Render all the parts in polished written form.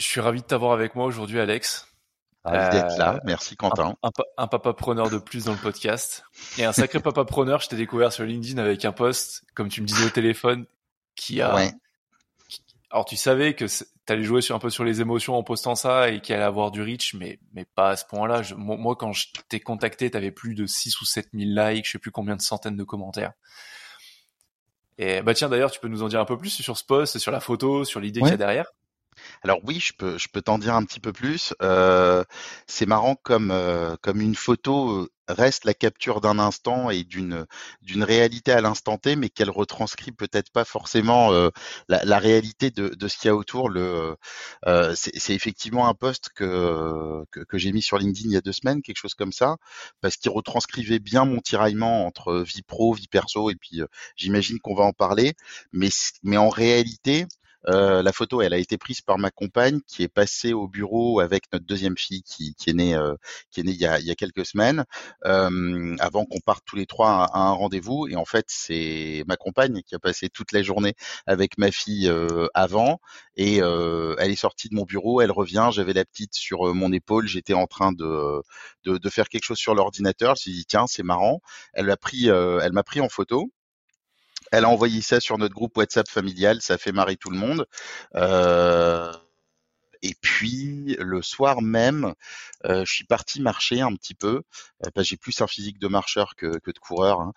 Je suis ravi de t'avoir avec moi aujourd'hui, Alex. Ravi d'être Euh, là. Merci Quentin. un papa preneur de plus dans le podcast. Et un sacré papa preneur, je t'ai découvert sur LinkedIn avec un post, comme tu me disais au téléphone, qui Ouais, a... Alors tu savais que t'allais jouer un peu sur les émotions en postant ça et qu'il allait avoir du reach, mais pas à ce point-là. Moi, quand je t'ai contacté, t'avais plus de 6 ou 7 000 likes, je sais plus combien de centaines de commentaires. Et bah tiens, d'ailleurs, tu peux nous en dire un peu plus sur ce post, sur la photo, sur l'idée qu'il y ouais. a derrière? Alors oui, je peux t'en dire un petit peu plus. C'est marrant comme une photo reste la capture d'un instant et d'une réalité à l'instant T, mais qu'elle retranscrit peut-être pas forcément la réalité de ce qu'il y a autour. C'est effectivement un post que j'ai mis sur LinkedIn il y a 2 semaines, quelque chose comme ça, parce qu'il retranscrivait bien mon tiraillement entre vie pro, vie perso, et puis j'imagine qu'on va en parler, mais en réalité. La photo, elle a été prise par ma compagne qui est passée au bureau avec notre deuxième fille qui est née il y a quelques semaines, avant qu'on parte tous les trois à un rendez-vous. Et en fait, c'est ma compagne qui a passé toute la journée avec ma fille avant. Et elle est sortie de mon bureau, elle revient. J'avais la petite sur mon épaule. J'étais en train de faire quelque chose sur l'ordinateur. Je me suis dit tiens, c'est marrant. Elle m'a pris en photo. Elle a envoyé ça sur notre groupe WhatsApp familial, ça a fait marrer tout le monde. Euh, et puis le soir même, je suis parti marcher un petit peu, parce que j'ai plus un physique de marcheur que de coureur, hein.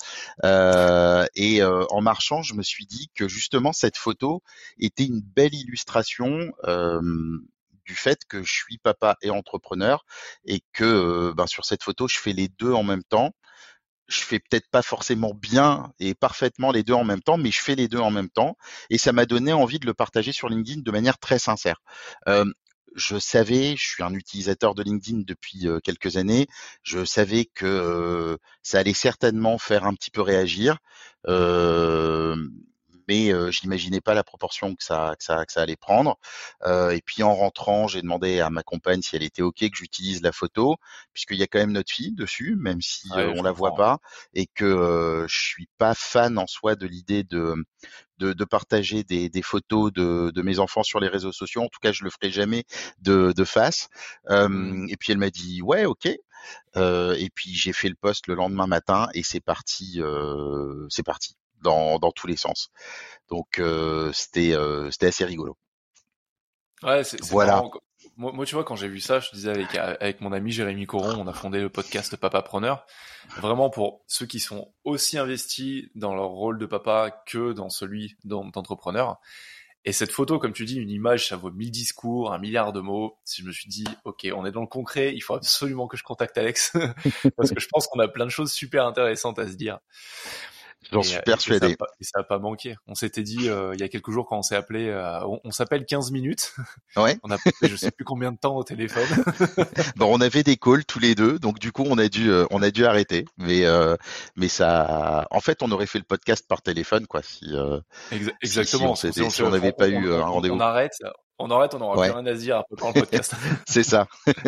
En marchant, je me suis dit que justement cette photo était une belle illustration. Du fait que je suis papa et entrepreneur et que sur cette photo je fais les deux en même temps. Je fais peut-être pas forcément bien et parfaitement les deux en même temps, mais je fais les deux en même temps. Et ça m'a donné envie de le partager sur LinkedIn de manière très sincère. Euh, je savais, je suis un utilisateur de LinkedIn depuis quelques années, je savais que ça allait certainement faire un petit peu réagir. Euh, mais j'imaginais pas la proportion que ça allait prendre. Et puis en rentrant, j'ai demandé à ma compagne si elle était OK que j'utilise la photo, puisqu'il y a quand même notre fille dessus, même si Ouais, je on la voit comprends. pas, et que je suis pas fan en soi de l'idée de partager des photos de mes enfants sur les réseaux sociaux. En tout cas, je le ferai jamais de face. Hmm. Et puis elle m'a dit ouais, OK. Et puis j'ai fait le post le lendemain matin et c'est parti dans tous les sens. Donc c'était assez rigolo. Ouais, c'est Voilà. marrant. Moi, tu vois, quand j'ai vu ça, je te disais avec mon ami Jérémy Coron, on a fondé le podcast Papa Preneur. Vraiment pour ceux qui sont aussi investis dans leur rôle de papa que dans celui d'entrepreneur. Et cette photo, comme tu dis, une image, ça vaut 1000 discours, 1 milliard de mots. Si je me suis dit, ok, on est dans le concret, il faut absolument que je contacte Alex, parce que je pense qu'on a plein de choses super intéressantes à se dire. J'en suis Et ça a persuadé. pas, et ça a pas manqué. On s'était dit il y a quelques jours quand on s'est appelé, on s'appelle 15 minutes. Ouais. On a passé je sais plus combien de temps au téléphone. Bon, on avait des calls tous les deux, donc du coup on a dû arrêter. Mais ça, en fait, on aurait fait le podcast par téléphone, quoi, si Exactement. si on n'avait pas eu un On rendez-vous. arrête, on n'aura plus Ouais, rien à se dire après pendant le podcast. c'est ça.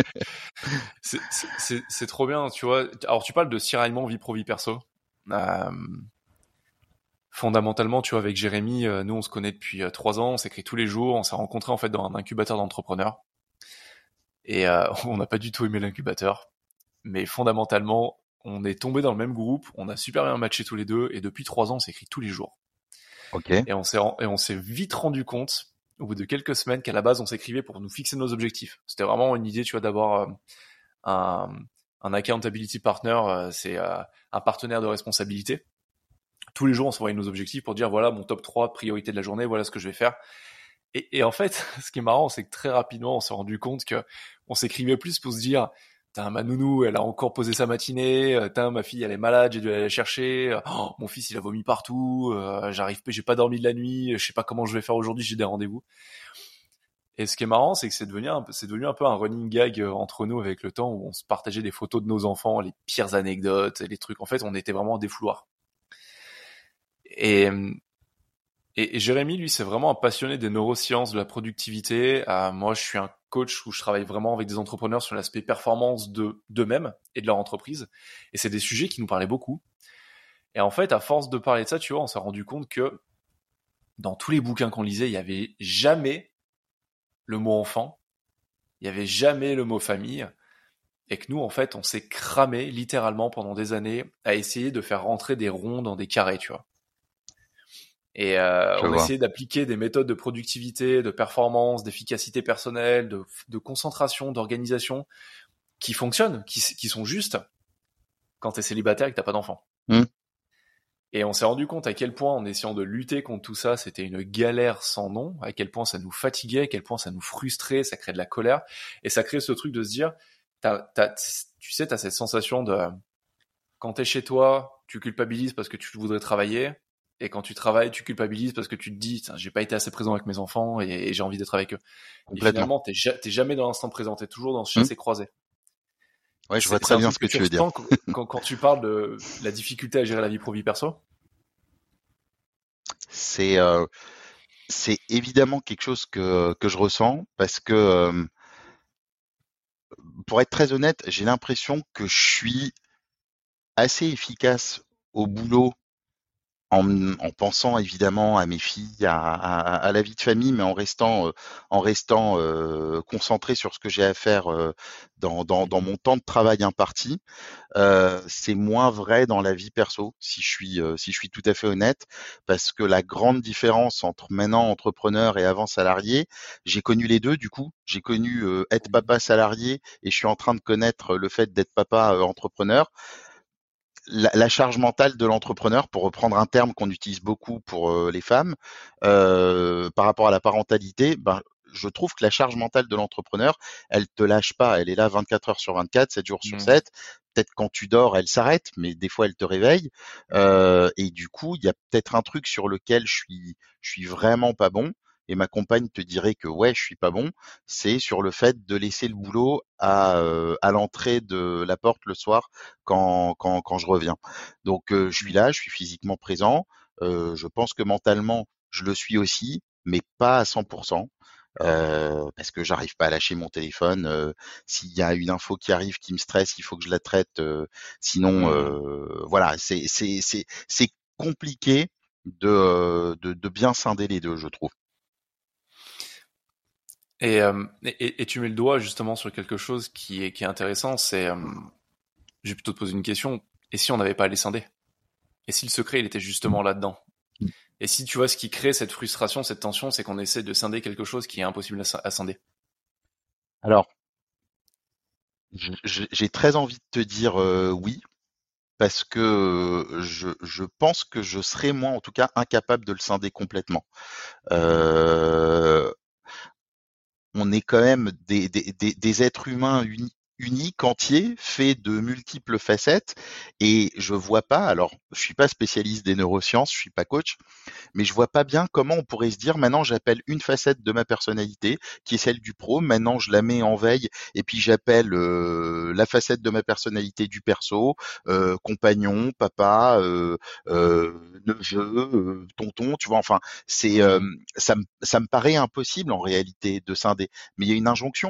C'est trop bien, tu vois. Alors tu parles de tiraillement vie pro vie perso. Euh, Fondamentalement, tu vois, avec Jérémy, nous on se connaît depuis 3 ans, on s'écrit tous les jours, on s'est rencontrés en fait dans un incubateur d'entrepreneurs et on n'a pas du tout aimé l'incubateur, mais fondamentalement, on est tombé dans le même groupe, on a super bien matché tous les deux et depuis 3 ans, on s'écrit tous les jours. Ok. Et on s'est vite rendu compte, au bout de quelques semaines, qu'à la base, on s'écrivait pour nous fixer nos objectifs. C'était vraiment une idée, tu vois, d'avoir un, un accountability partner, c'est un partenaire de responsabilité. Tous les jours, on s'envoyait nos objectifs pour dire, voilà, mon top 3 priorité de la journée, voilà ce que je vais faire. Et en fait, ce qui est marrant, c'est que très rapidement, on s'est rendu compte que on s'écrivait plus pour se dire, tain, ma nounou, elle a encore posé sa matinée, tain, ma fille, elle est malade, j'ai dû aller la chercher, oh, mon fils, il a vomi partout, j'ai pas dormi de la nuit, je sais pas comment je vais faire aujourd'hui, j'ai des rendez-vous. Et ce qui est marrant, c'est que c'est devenu un peu un running gag entre nous avec le temps où on se partageait des photos de nos enfants, les pires anecdotes, les trucs. En fait, on était vraiment des fouloirs. Et, et Jérémy, lui, c'est vraiment un passionné des neurosciences, de la productivité. Moi, je suis un coach où je travaille vraiment avec des entrepreneurs sur l'aspect performance d'eux-mêmes et de leur entreprise. Et c'est des sujets qui nous parlaient beaucoup. Et en fait, à force de parler de ça, tu vois, on s'est rendu compte que dans tous les bouquins qu'on lisait, il y avait jamais le mot enfant il y avait jamais le mot famille. Et que nous, en fait, on s'est cramé littéralement pendant des années à essayer de faire rentrer des ronds dans des carrés, tu vois. Et Je on vois. essayait d'appliquer des méthodes de productivité, de performance, d'efficacité personnelle, de concentration, d'organisation qui fonctionnent, qui sont justes quand t'es célibataire et que t'as pas d'enfant. Mmh. Et on s'est rendu compte à quel point, en essayant de lutter contre tout ça, c'était une galère sans nom, à quel point ça nous fatiguait, à quel point ça nous frustrait, ça crée de la colère, et ça crée ce truc de se dire, tu sais, t'as cette sensation de, quand t'es chez toi, tu culpabilises parce que tu voudrais travailler, et quand tu travailles, tu culpabilises parce que tu te dis, j'ai pas été assez présent avec mes enfants et j'ai envie d'être avec eux. Et Complètement. finalement, t'es jamais dans l'instant présent, t'es toujours dans ce Mmh. chassé croisé. Ouais, je vois C'est très un bien truc ce que que tu tu veux dire. ressens quand tu parles de la difficulté à gérer la vie pro-vie perso. C'est c'est évidemment quelque chose que je ressens parce que, pour être très honnête, j'ai l'impression que je suis assez efficace au boulot en pensant évidemment à mes filles, à la vie de famille, mais en restant concentré sur ce que j'ai à faire dans mon temps de travail imparti. C'est moins vrai dans la vie perso, si je suis tout à fait honnête, parce que la grande différence entre maintenant entrepreneur et avant salarié, j'ai connu les deux du coup. J'ai connu être papa salarié et je suis en train de connaître le fait d'être papa entrepreneur. La charge mentale de l'entrepreneur, pour reprendre un terme qu'on utilise beaucoup pour les femmes, par rapport à la parentalité, ben, je trouve que la charge mentale de l'entrepreneur, elle te lâche pas. Elle est là 24 heures sur 24, 7 jours sur Mm. 7. Peut-être quand tu dors, elle s'arrête, mais des fois, elle te réveille. Et du coup, il y a peut-être un truc sur lequel je suis vraiment pas bon. Et ma compagne te dirait que ouais, je suis pas bon. C'est sur le fait de laisser le boulot à l'entrée de la porte le soir quand je reviens. Donc je suis là, je suis physiquement présent. Je pense que mentalement, je le suis aussi, mais pas à 100%. Parce que j'arrive pas à lâcher mon téléphone. S'il y a une info qui arrive qui me stresse, il faut que je la traite. Sinon, Mm. voilà, c'est compliqué de bien scinder les deux, je trouve. Et tu mets le doigt justement sur quelque chose qui est intéressant, c'est, je vais plutôt te poser une question, et si on n'avait pas à les scinder? Et si le secret, il était justement là-dedans? Et si tu vois ce qui crée cette frustration, cette tension, c'est qu'on essaie de scinder quelque chose qui est impossible à scinder. Alors, j'ai très envie de te dire oui, parce que je pense que je serais moi en tout cas incapable de le scinder complètement. Euh, on est quand même des êtres humains uniques, entiers, faits de multiples facettes, et je vois pas, alors je suis pas spécialiste des neurosciences, je suis pas coach, mais je vois pas bien comment on pourrait se dire maintenant j'appelle une facette de ma personnalité qui est celle du pro, maintenant je la mets en veille et puis j'appelle la facette de ma personnalité du perso, compagnon, papa, neveu, tonton, tu vois, enfin c'est Mm. ça me paraît impossible en réalité de scinder, mais il y a une injonction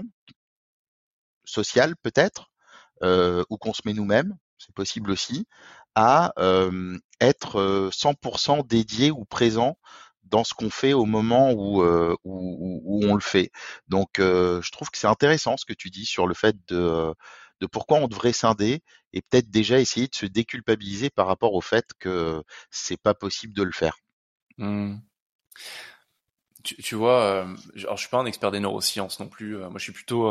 sociale peut-être ou qu'on se met nous-mêmes, c'est possible aussi, à être 100% dédié ou présent dans ce qu'on fait au moment où on le fait. Donc, je trouve que c'est intéressant ce que tu dis sur le fait de pourquoi on devrait scinder et peut-être déjà essayer de se déculpabiliser par rapport au fait que c'est pas possible de le faire. Mm. Tu vois, alors je suis pas un expert des neurosciences non plus. Moi, je suis plutôt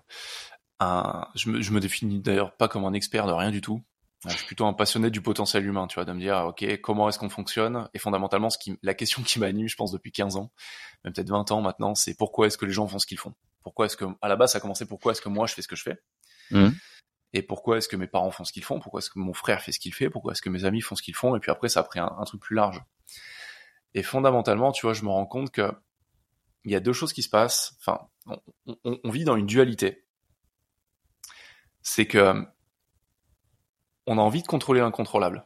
je me définis d'ailleurs pas comme un expert de rien du tout. Je suis plutôt un passionné du potentiel humain, tu vois, de me dire, ok, comment est-ce qu'on fonctionne? Et fondamentalement, la question qui m'anime, je pense, depuis 15 ans, même peut-être 20 ans maintenant, c'est pourquoi est-ce que les gens font ce qu'ils font? Pourquoi est-ce que, à la base, ça a commencé pourquoi est-ce que moi je fais ce que je fais? Mhm. Et pourquoi est-ce que mes parents font ce qu'ils font? Pourquoi est-ce que mon frère fait ce qu'il fait? Pourquoi est-ce que mes amis font ce qu'ils font? Et puis après, ça a pris un truc plus large. Et fondamentalement, tu vois, je me rends compte que il y a deux choses qui se passent. Enfin, on vit dans une dualité. C'est que on a envie de contrôler l'incontrôlable.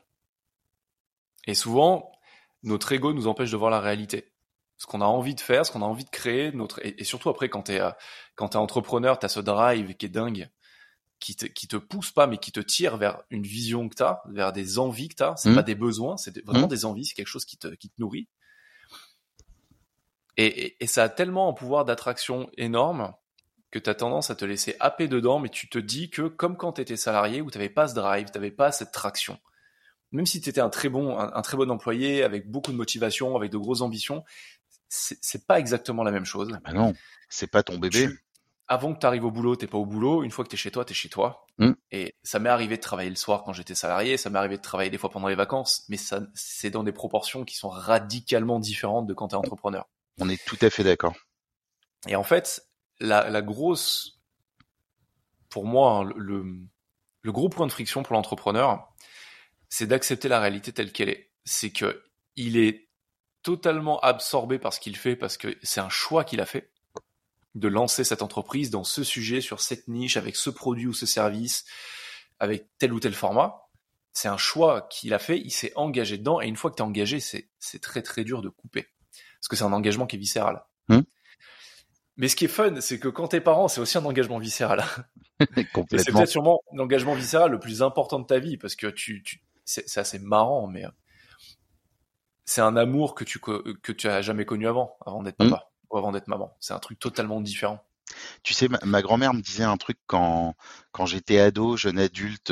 Et souvent, notre ego nous empêche de voir la réalité. Ce qu'on a envie de faire, ce qu'on a envie de créer, et surtout après quand t'es entrepreneur, t'as ce drive qui est dingue, qui te pousse pas, mais qui te tire vers une vision que t'as, vers des envies que t'as. C'est Mhm. pas des besoins, vraiment Mhm. des envies. C'est quelque chose qui te nourrit. Et ça a tellement un pouvoir d'attraction énorme que t'as tendance à te laisser happer dedans, mais tu te dis que comme quand t'étais salarié où t'avais pas ce drive, t'avais pas cette traction. Même si t'étais un très bon employé avec beaucoup de motivation, avec de grosses ambitions, c'est pas exactement la même chose. Ah bah non, c'est pas ton bébé. Avant que t'arrives au boulot, t'es pas au boulot. Une fois que t'es chez toi, t'es chez toi. Mm. Et ça m'est arrivé de travailler le soir quand j'étais salarié, ça m'est arrivé de travailler des fois pendant les vacances, mais ça, c'est dans des proportions qui sont radicalement différentes de quand t'es entrepreneur. On est tout à fait d'accord. Et en fait, la grosse, pour moi, hein, le gros point de friction pour l'entrepreneur, c'est d'accepter la réalité telle qu'elle est. C'est que il est totalement absorbé par ce qu'il fait parce que c'est un choix qu'il a fait de lancer cette entreprise dans ce sujet, sur cette niche, avec ce produit ou ce service, avec tel ou tel format. C'est un choix qu'il a fait, il s'est engagé dedans, et une fois que tu es engagé, c'est très très dur de couper. Parce que c'est un engagement qui est viscéral. Mais ce qui est fun, c'est que quand t'es parent, c'est aussi un engagement viscéral. Et c'est peut-être sûrement l'engagement viscéral le plus important de ta vie, parce que c'est assez marrant, mais c'est un amour que tu as jamais connu avant d'être papa, ou avant d'être maman. C'est un truc totalement différent. Tu sais, ma grand-mère me disait un truc quand j'étais ado, jeune adulte,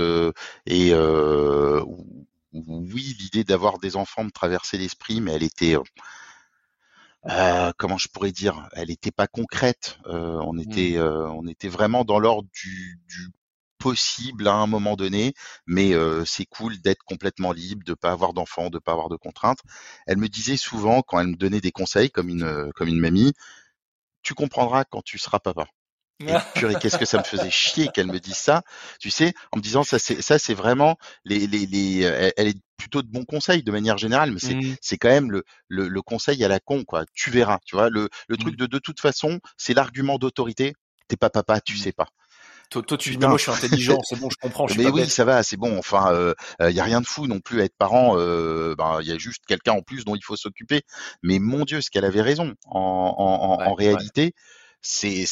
oui, l'idée d'avoir des enfants me traversait l'esprit, mais elle était, comment je pourrais dire, elle était pas concrète. On était vraiment dans l'ordre du possible à un moment donné, mais c'est cool d'être complètement libre, de pas avoir d'enfants, de pas avoir de contraintes. Elle me disait souvent, quand elle me donnait des conseils comme une mamie, tu comprendras quand tu seras papa. Et purée, qu'est-ce que ça me faisait chier qu'elle me dise ça, tu sais, en me disant ça c'est vraiment elle est plutôt de bons conseils de manière générale, mais c'est quand même le conseil à la con, quoi. Tu verras, tu vois, le truc de toute façon, c'est l'argument d'autorité. T'es pas papa, tu sais pas. Toi, tu dis, mais moi, je suis intelligent, c'est bon, je comprends, je suis Mais pas oui, bête. ça va, c'est bon. Enfin, y a rien de fou non plus à être parent. Y a juste quelqu'un en plus dont il faut s'occuper. Mais mon Dieu, ce qu'elle avait raison. En réalité, c'est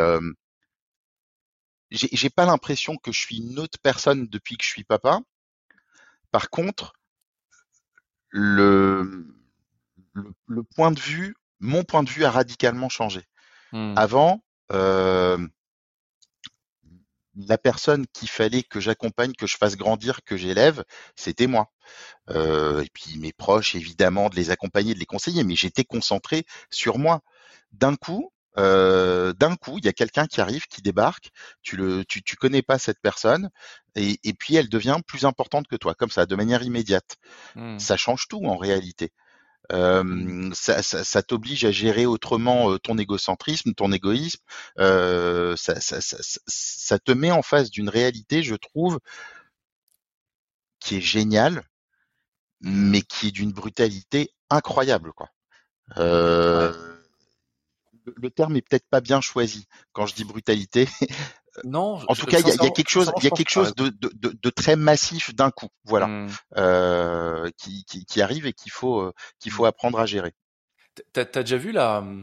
j'ai pas l'impression que je suis une autre personne depuis que je suis papa. Par contre, le, le point de vue, mon point de vue a radicalement changé. Avant, la personne qu'il fallait que j'accompagne, que je fasse grandir, que j'élève, c'était moi. Et puis mes proches, évidemment, de les accompagner, de les conseiller, mais j'étais concentré sur moi. D'un coup, il y a quelqu'un qui arrive, qui débarque, tu connais pas cette personne, et puis elle devient plus importante que toi, comme ça, de manière immédiate. Ça change tout en réalité. Ça t'oblige à gérer autrement ton égocentrisme, ton égoïsme. Ça te met en face d'une réalité, je trouve, qui est géniale, mais qui est d'une brutalité incroyable, quoi. Le terme est peut-être pas bien choisi quand je dis brutalité. Non, En tout cas, il y a quelque chose, de très massif d'un coup, voilà, qui arrive et qu'il faut apprendre à gérer. T'as déjà vu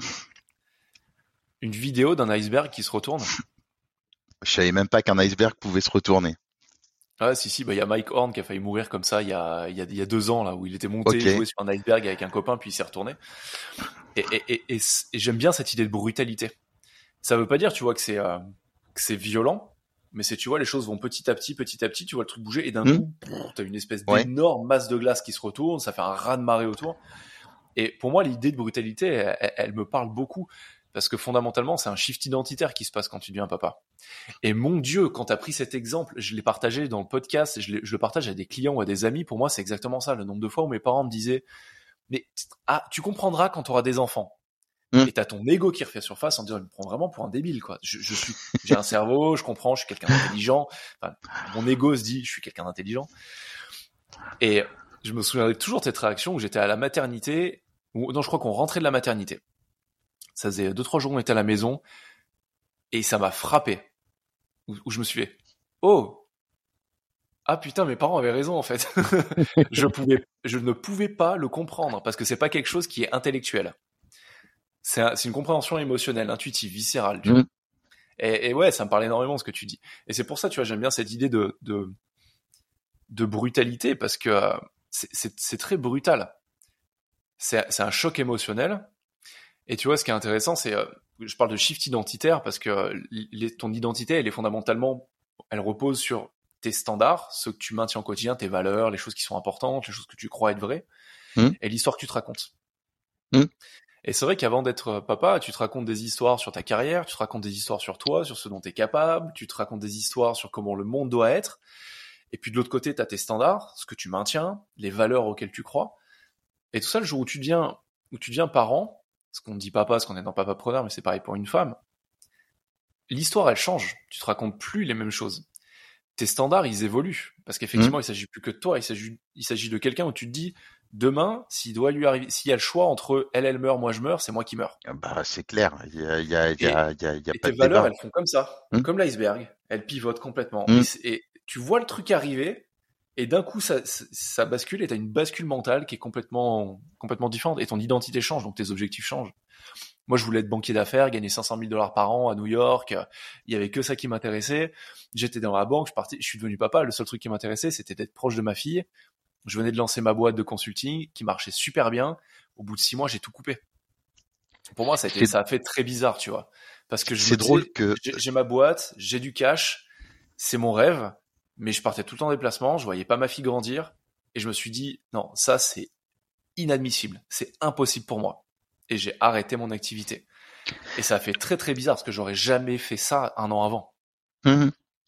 une vidéo d'un iceberg qui se retourne? Je savais même pas qu'un iceberg pouvait se retourner. Ah, si, bah, il y a Mike Horn qui a failli mourir comme ça il y a 2 ans, là, où il était monté jouer sur un iceberg avec un copain, puis il s'est retourné. Et j'aime bien cette idée de brutalité. Ça veut pas dire, tu vois, que c'est violent, mais tu vois, les choses vont petit à petit, tu vois le truc bouger, et d'un coup, t'as une espèce d'énorme masse de glace qui se retourne, ça fait un raz-de-marée autour. Et pour moi, l'idée de brutalité, elle me parle beaucoup, parce que fondamentalement, c'est un shift identitaire qui se passe quand tu deviens papa. Et mon Dieu, quand t'as pris cet exemple, je l'ai partagé dans le podcast, et je le partage à des clients ou à des amis, pour moi, c'est exactement ça, le nombre de fois où mes parents me disaient, mais tu comprendras quand t'auras des enfants. Et t'as ton ego qui refait surface en disant, il me prend vraiment pour un débile, quoi. J'ai un cerveau, je comprends, je suis quelqu'un d'intelligent. Enfin, mon ego se dit, je suis quelqu'un d'intelligent. Et je me souviendrai toujours de cette réaction où j'étais à la maternité, non, je crois qu'on rentrait de la maternité. Ça faisait 2-3 jours qu'on était à la maison, et ça m'a frappé. Où je me suis fait, oh! Ah putain, mes parents avaient raison, en fait. Je ne pouvais pas le comprendre, parce que c'est pas quelque chose qui est intellectuel. C'est une compréhension émotionnelle, intuitive, viscérale, tu vois. Et ouais, ça me parle énormément ce que tu dis. Et c'est pour ça, tu vois, j'aime bien cette idée de brutalité, parce que c'est très brutal. C'est un choc émotionnel. Et tu vois, ce qui est intéressant, c'est je parle de shift identitaire parce que ton identité, elle est fondamentalement, elle repose sur tes standards, ce que tu maintiens au quotidien, tes valeurs, les choses qui sont importantes, les choses que tu crois être vraies, Mmh. et l'histoire que tu te racontes. Mmh. Et c'est vrai qu'avant d'être papa, tu te racontes des histoires sur ta carrière, tu te racontes des histoires sur toi, sur ce dont tu es capable, tu te racontes des histoires sur comment le monde doit être. Et puis de l'autre côté, tu as tes standards, ce que tu maintiens, les valeurs auxquelles tu crois. Et tout ça, le jour où tu deviens parent, ce qu'on ne dit papa, parce qu'on est dans papapreneur, mais c'est pareil pour une femme, l'histoire, elle change. Tu te racontes plus les mêmes choses. Tes standards, ils évoluent. Parce Mmh. qu'effectivement, il s'agit plus que de toi, il s'agit de quelqu'un où tu te dis, demain, s'il doit lui arriver, s'il y a le choix entre elle meurt, moi je meurs, c'est moi qui meurs. Ah bah, c'est clair, Et, il y a et pas tes de valeurs, débat. elles font comme ça, Mmh. comme l'iceberg. Elles pivotent complètement. Mmh. Et tu vois le truc arriver, et d'un coup, ça bascule, et t'as une bascule mentale qui est complètement différente. Et ton identité change, donc tes objectifs changent. Moi, je voulais être banquier d'affaires, gagner 500 000 dollars par an à New York. Il y avait que ça qui m'intéressait. J'étais dans la banque, je suis devenu papa. Le seul truc qui m'intéressait, c'était d'être proche de ma fille. Je venais de lancer ma boîte de consulting qui marchait super bien. Au bout de 6 mois, j'ai tout coupé. Pour moi, C'est ça a fait très bizarre, tu vois. Parce que je me c'est drôle disais, que j'ai ma boîte, j'ai du cash, c'est mon rêve, mais je partais tout le temps en déplacement, je voyais pas ma fille grandir, et je me suis dit, non, ça c'est inadmissible, c'est impossible pour moi. Et j'ai arrêté mon activité. Et ça a fait très très bizarre, parce que j'aurais jamais fait ça un an avant. mmh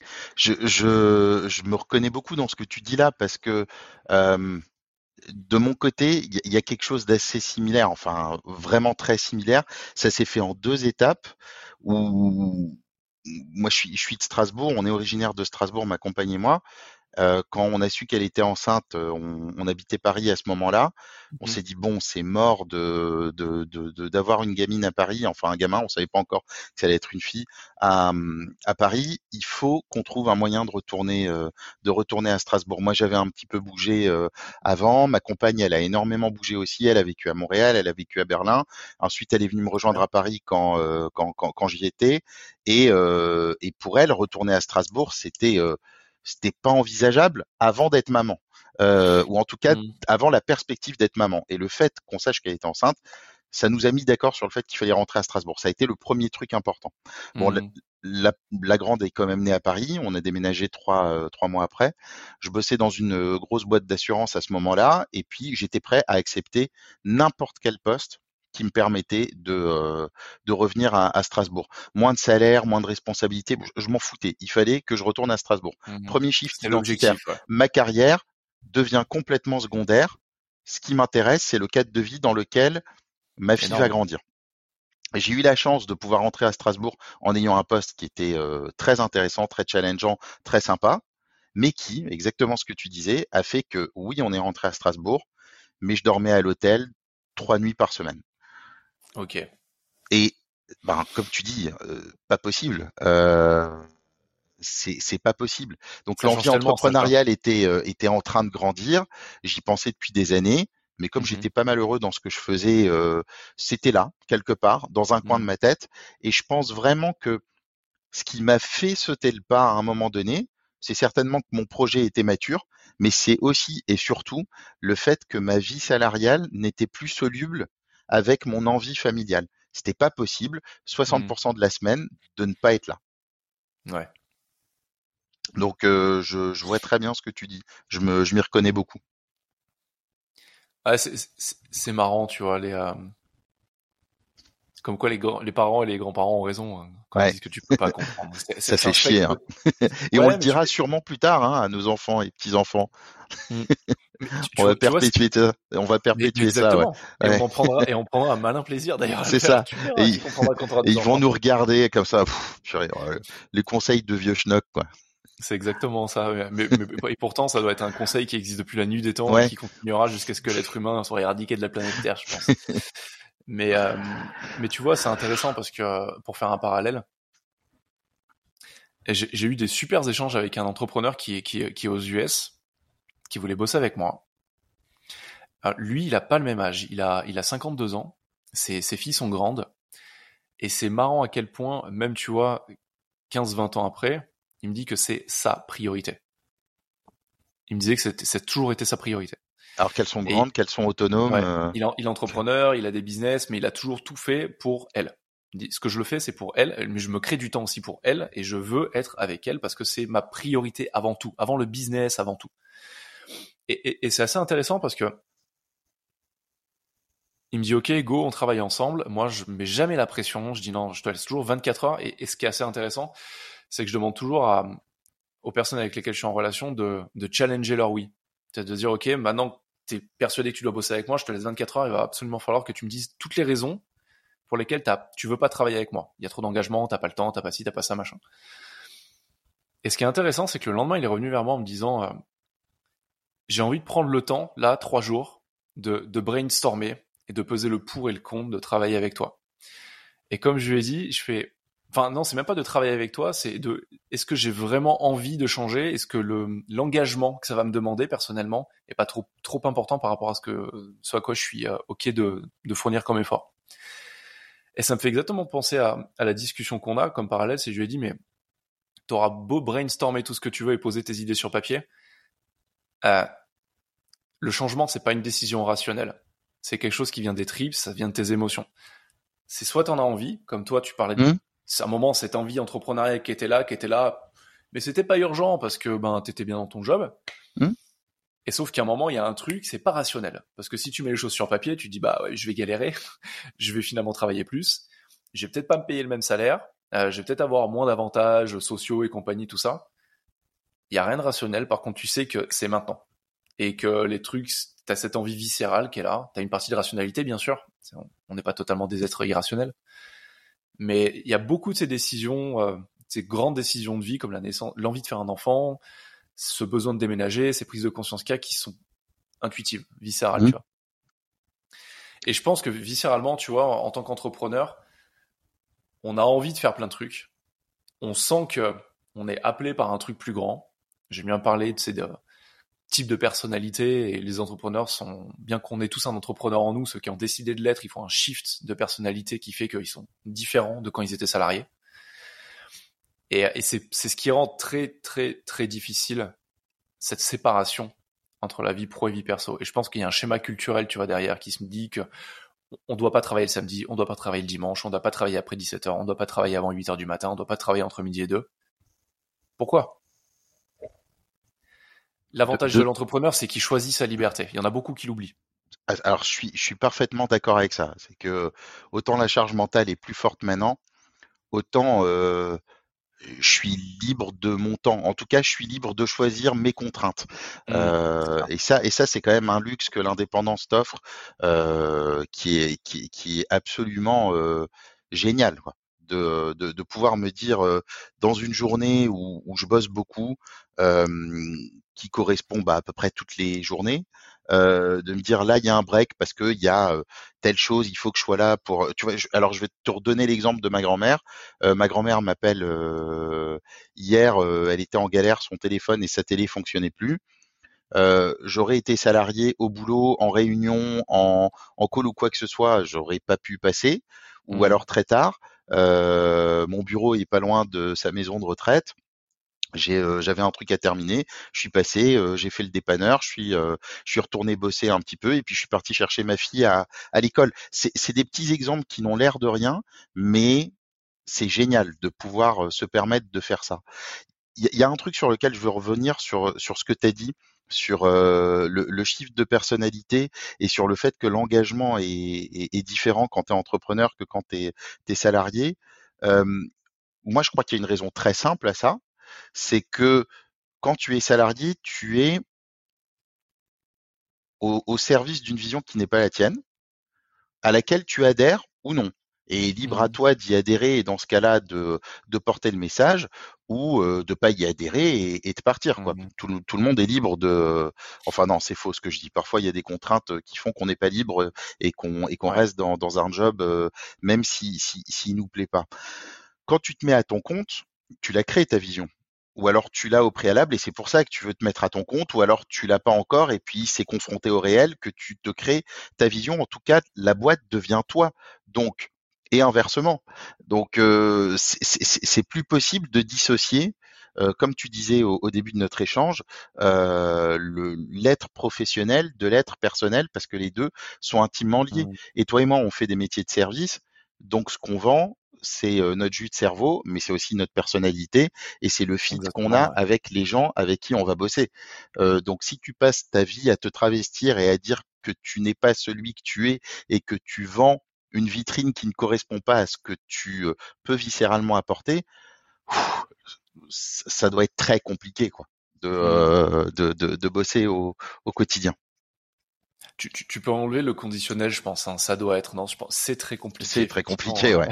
je me reconnais beaucoup dans ce que tu dis là parce que de mon côté, il y a quelque chose d'assez similaire, enfin vraiment très similaire. Ça s'est fait en deux étapes où moi je suis de Strasbourg, on est originaire de Strasbourg, ma compagne et moi. Quand on a su qu'elle était enceinte, on habitait Paris à ce moment-là. On Mhm. s'est dit bon, c'est mort d'avoir une gamine à Paris, enfin un gamin, on savait pas encore que ça allait être une fille à Paris. Il faut qu'on trouve un moyen de retourner à Strasbourg. Moi, j'avais un petit peu bougé avant. Ma compagne, elle a énormément bougé aussi. Elle a vécu à Montréal, elle a vécu à Berlin. Ensuite, elle est venue me rejoindre Ouais. à Paris quand j'y étais. Et pour elle, retourner à Strasbourg, c'était pas envisageable avant d'être maman, ou en tout cas Mhm. avant la perspective d'être maman. Et le fait qu'on sache qu'elle était enceinte, ça nous a mis d'accord sur le fait qu'il fallait rentrer à Strasbourg. Ça a été le premier truc important. Bon, Mhm. la grande est quand même née à Paris. On a déménagé 3 mois après. Je bossais dans une grosse boîte d'assurance à ce moment-là, et puis j'étais prêt à accepter n'importe quel poste qui me permettait de revenir à Strasbourg. Moins de salaire, moins de responsabilités, je m'en foutais. Il fallait que je retourne à Strasbourg. Mhm. Premier shift C'était identitaire. l'objectif, ouais. Ma carrière devient complètement secondaire. Ce qui m'intéresse, c'est le cadre de vie dans lequel ma fille va Énorme. grandir. J'ai eu la chance de pouvoir rentrer à Strasbourg en ayant un poste qui était très intéressant, très challengeant, très sympa, mais qui, exactement ce que tu disais, a fait que oui, on est rentré à Strasbourg, mais je dormais à l'hôtel 3 nuits par semaine. Ok. Et ben, comme tu dis, pas possible. C'est pas possible. Donc Ça change l'envie tellement, ça, quoi. entrepreneuriale était en train de grandir. J'y pensais depuis des années, mais comme Mhm. j'étais pas malheureux dans ce que je faisais, c'était là quelque part dans un coin de Mhm. ma tête. Et je pense vraiment que ce qui m'a fait sauter le pas à un moment donné, c'est certainement que mon projet était mature, mais c'est aussi et surtout le fait que ma vie salariale n'était plus soluble avec mon envie familiale. C'était pas possible, Mhm. 60% de la semaine, de ne pas être là. Ouais. Donc je vois très bien ce que tu dis. Je m'y reconnais beaucoup. Ah, c'est marrant, tu vois, comme quoi les parents et les grands-parents ont raison quand ils Ouais, disent que tu peux pas comprendre. ça C'est fait un chier, spectre. hein. Et on le Ouais, mais dira sûrement plus tard, hein, à nos enfants et petits-enfants. Mm. Mais On va tu vois, perpétuer ça. On va mais perpétuer ça, ouais. exactement. Ouais, Et on prendra un malin plaisir d'ailleurs à le c'est faire. ça. Tu Et, verras, tu comprendras quand tu auras et des ils vont enfants. nous regarder comme ça. Purée, ouais, les conseils de vieux schnock, quoi. C'est exactement ça. Ouais. Et pourtant, ça doit être un conseil qui existe depuis la nuit des temps et Ouais. qui continuera jusqu'à ce que l'être humain soit éradiqué de la planète Terre, je pense. Mais, euh, mais tu vois, c'est intéressant parce que, pour faire un parallèle, j'ai eu des super échanges avec un entrepreneur qui est aux US, qui voulait bosser avec moi. Alors, lui, il a pas le même âge. Il a 52 ans. Ses filles sont grandes. Et c'est marrant à quel point, même tu vois, 15-20 ans après, il me dit que c'est sa priorité. Il me disait que ça a toujours été sa priorité. Alors qu'elles sont Et grandes, qu'elles sont autonomes. ouais, il est entrepreneur, il a des business, mais il a toujours tout fait pour elle. Ce que je le fais, c'est pour elle, mais je me crée du temps aussi pour elle, et je veux être avec elle parce que c'est ma priorité avant tout, avant le business, avant tout. Et c'est assez intéressant parce que il me dit ok, go, on travaille ensemble. Moi, je mets jamais la pression. Je dis non, je te laisse toujours 24 heures. Et ce qui est assez intéressant, c'est que je demande toujours aux personnes avec lesquelles je suis en relation de challenger leur oui. C'est de dire ok, maintenant que t'es persuadé que tu dois bosser avec moi, je te laisse 24 heures. Il va absolument falloir que tu me dises toutes les raisons pour lesquelles tu veux pas travailler avec moi. Il y a trop d'engagement, t'as pas le temps, t'as pas ci, t'as pas ça, machin. Et ce qui est intéressant, c'est que le lendemain, il est revenu vers moi en me disant j'ai envie de prendre le temps, là, 3 jours, de brainstormer et de peser le pour et le contre de travailler avec toi. Et comme je lui ai dit, enfin non, c'est même pas de travailler avec toi, est-ce que j'ai vraiment envie de changer? Est-ce que l'engagement que ça va me demander personnellement est pas trop important par rapport à ce à quoi je suis ok de fournir comme effort? Et ça me fait exactement penser à la discussion qu'on a comme parallèle, c'est que je lui ai dit, mais t'auras beau brainstormer tout ce que tu veux et poser tes idées sur papier, euh, le changement, c'est pas une décision rationnelle. C'est quelque chose qui vient des tripes, ça vient de tes émotions. C'est soit t'en as envie, comme toi, tu parlais c'est un moment, cette envie entrepreneuriale qui était là, mais c'était pas urgent parce que t'étais bien dans ton job. Mmh. Et sauf qu'à un moment, il y a un truc, c'est pas rationnel. Parce que si tu mets les choses sur papier, tu dis ouais, je vais galérer, je vais finalement travailler plus, je vais peut-être pas me payer le même salaire, je vais peut-être avoir moins d'avantages sociaux et compagnie, tout ça. Il y a rien de rationnel, par contre, tu sais que c'est maintenant. Et que les trucs, t'as cette envie viscérale qui est là, t'as une partie de rationalité, bien sûr. On n'est pas totalement des êtres irrationnels. Mais il y a beaucoup de ces décisions, ces grandes décisions de vie, comme la naissance, l'envie de faire un enfant, ce besoin de déménager, ces prises de conscience qu'il y a qui sont intuitives, viscérales, tu vois. Et je pense que viscéralement, tu vois, en tant qu'entrepreneur, on a envie de faire plein de trucs. On sent que on est appelé par un truc plus grand. J'ai bien parlé de ces types de personnalités, et les entrepreneurs sont, bien qu'on ait tous un entrepreneur en nous, ceux qui ont décidé de l'être, ils font un shift de personnalité qui fait qu'ils sont différents de quand ils étaient salariés. Et c'est ce qui rend très très très difficile cette séparation entre la vie pro et vie perso. Et je pense qu'il y a un schéma culturel, tu vois, derrière, qui se dit que on doit pas travailler le samedi, on doit pas travailler le dimanche, on doit pas travailler après 17h, on doit pas travailler avant 8h du matin, on doit pas travailler entre midi et 2. Pourquoi? L'avantage de l'entrepreneur, c'est qu'il choisit sa liberté. Il y en a beaucoup qui l'oublient. Alors, je suis parfaitement d'accord avec ça. C'est que autant la charge mentale est plus forte maintenant, autant je suis libre de mon temps. En tout cas, je suis libre de choisir mes contraintes. Et ça, c'est quand même un luxe que l'indépendance t'offre, qui est absolument génial, quoi. De pouvoir me dire dans une journée où je bosse beaucoup, euh, qui correspond à peu près toutes les journées, de me dire là il y a un break parce que il y a telle chose, il faut que je sois là pour. Tu vois, alors je vais te redonner l'exemple de ma grand-mère. Ma grand-mère m'appelle hier, elle était en galère, son téléphone et sa télé fonctionnaient plus. J'aurais été salarié au boulot, en réunion, en call ou quoi que ce soit, j'aurais pas pu passer, ou alors très tard. Mon bureau est pas loin de sa maison de retraite. J'avais un truc à terminer, je suis passé, j'ai fait le dépanneur, je suis retourné bosser un petit peu et puis je suis parti chercher ma fille à l'école. C'est des petits exemples qui n'ont l'air de rien, mais c'est génial de pouvoir se permettre de faire ça. Il y a un truc sur lequel je veux revenir sur ce que tu as dit, sur le shift de personnalité et sur le fait que l'engagement est différent quand tu es entrepreneur que quand tu es salarié. Euh, Moi, je crois qu'il y a une raison très simple à ça, c'est que quand tu es salarié, tu es au service d'une vision qui n'est pas la tienne, à laquelle tu adhères ou non. Et libre à toi d'y adhérer et dans ce cas-là de porter le message ou de pas y adhérer et de partir, quoi. Tout le monde est libre de. Enfin non, c'est faux ce que je dis. Parfois il y a des contraintes qui font qu'on n'est pas libre et qu'on reste dans un job même s'il nous plaît pas. Quand tu te mets à ton compte, tu l'as créé ta vision. Ou alors tu l'as au préalable et c'est pour ça que tu veux te mettre à ton compte, ou alors tu l'as pas encore et puis c'est confronté au réel que tu te crées ta vision. En tout cas, la boîte devient toi. Donc, et inversement. Donc, c'est plus possible de dissocier, comme tu disais au début de notre échange, l'être professionnel de l'être personnel, parce que les deux sont intimement liés. Et toi et moi, on fait des métiers de service, donc ce qu'on vend, c'est notre jus de cerveau, mais c'est aussi notre personnalité et c'est le fit qu'on a Exactement, ouais. avec les gens avec qui on va bosser. Donc si tu passes ta vie à te travestir et à dire que tu n'es pas celui que tu es et que tu vends une vitrine qui ne correspond pas à ce que tu peux viscéralement apporter, ça doit être très compliqué, quoi, Hmm. de bosser au quotidien. Tu peux enlever le conditionnel, je pense, hein. Ça doit être, non, je pense, c'est très compliqué, C'est très effectivement. compliqué, ouais.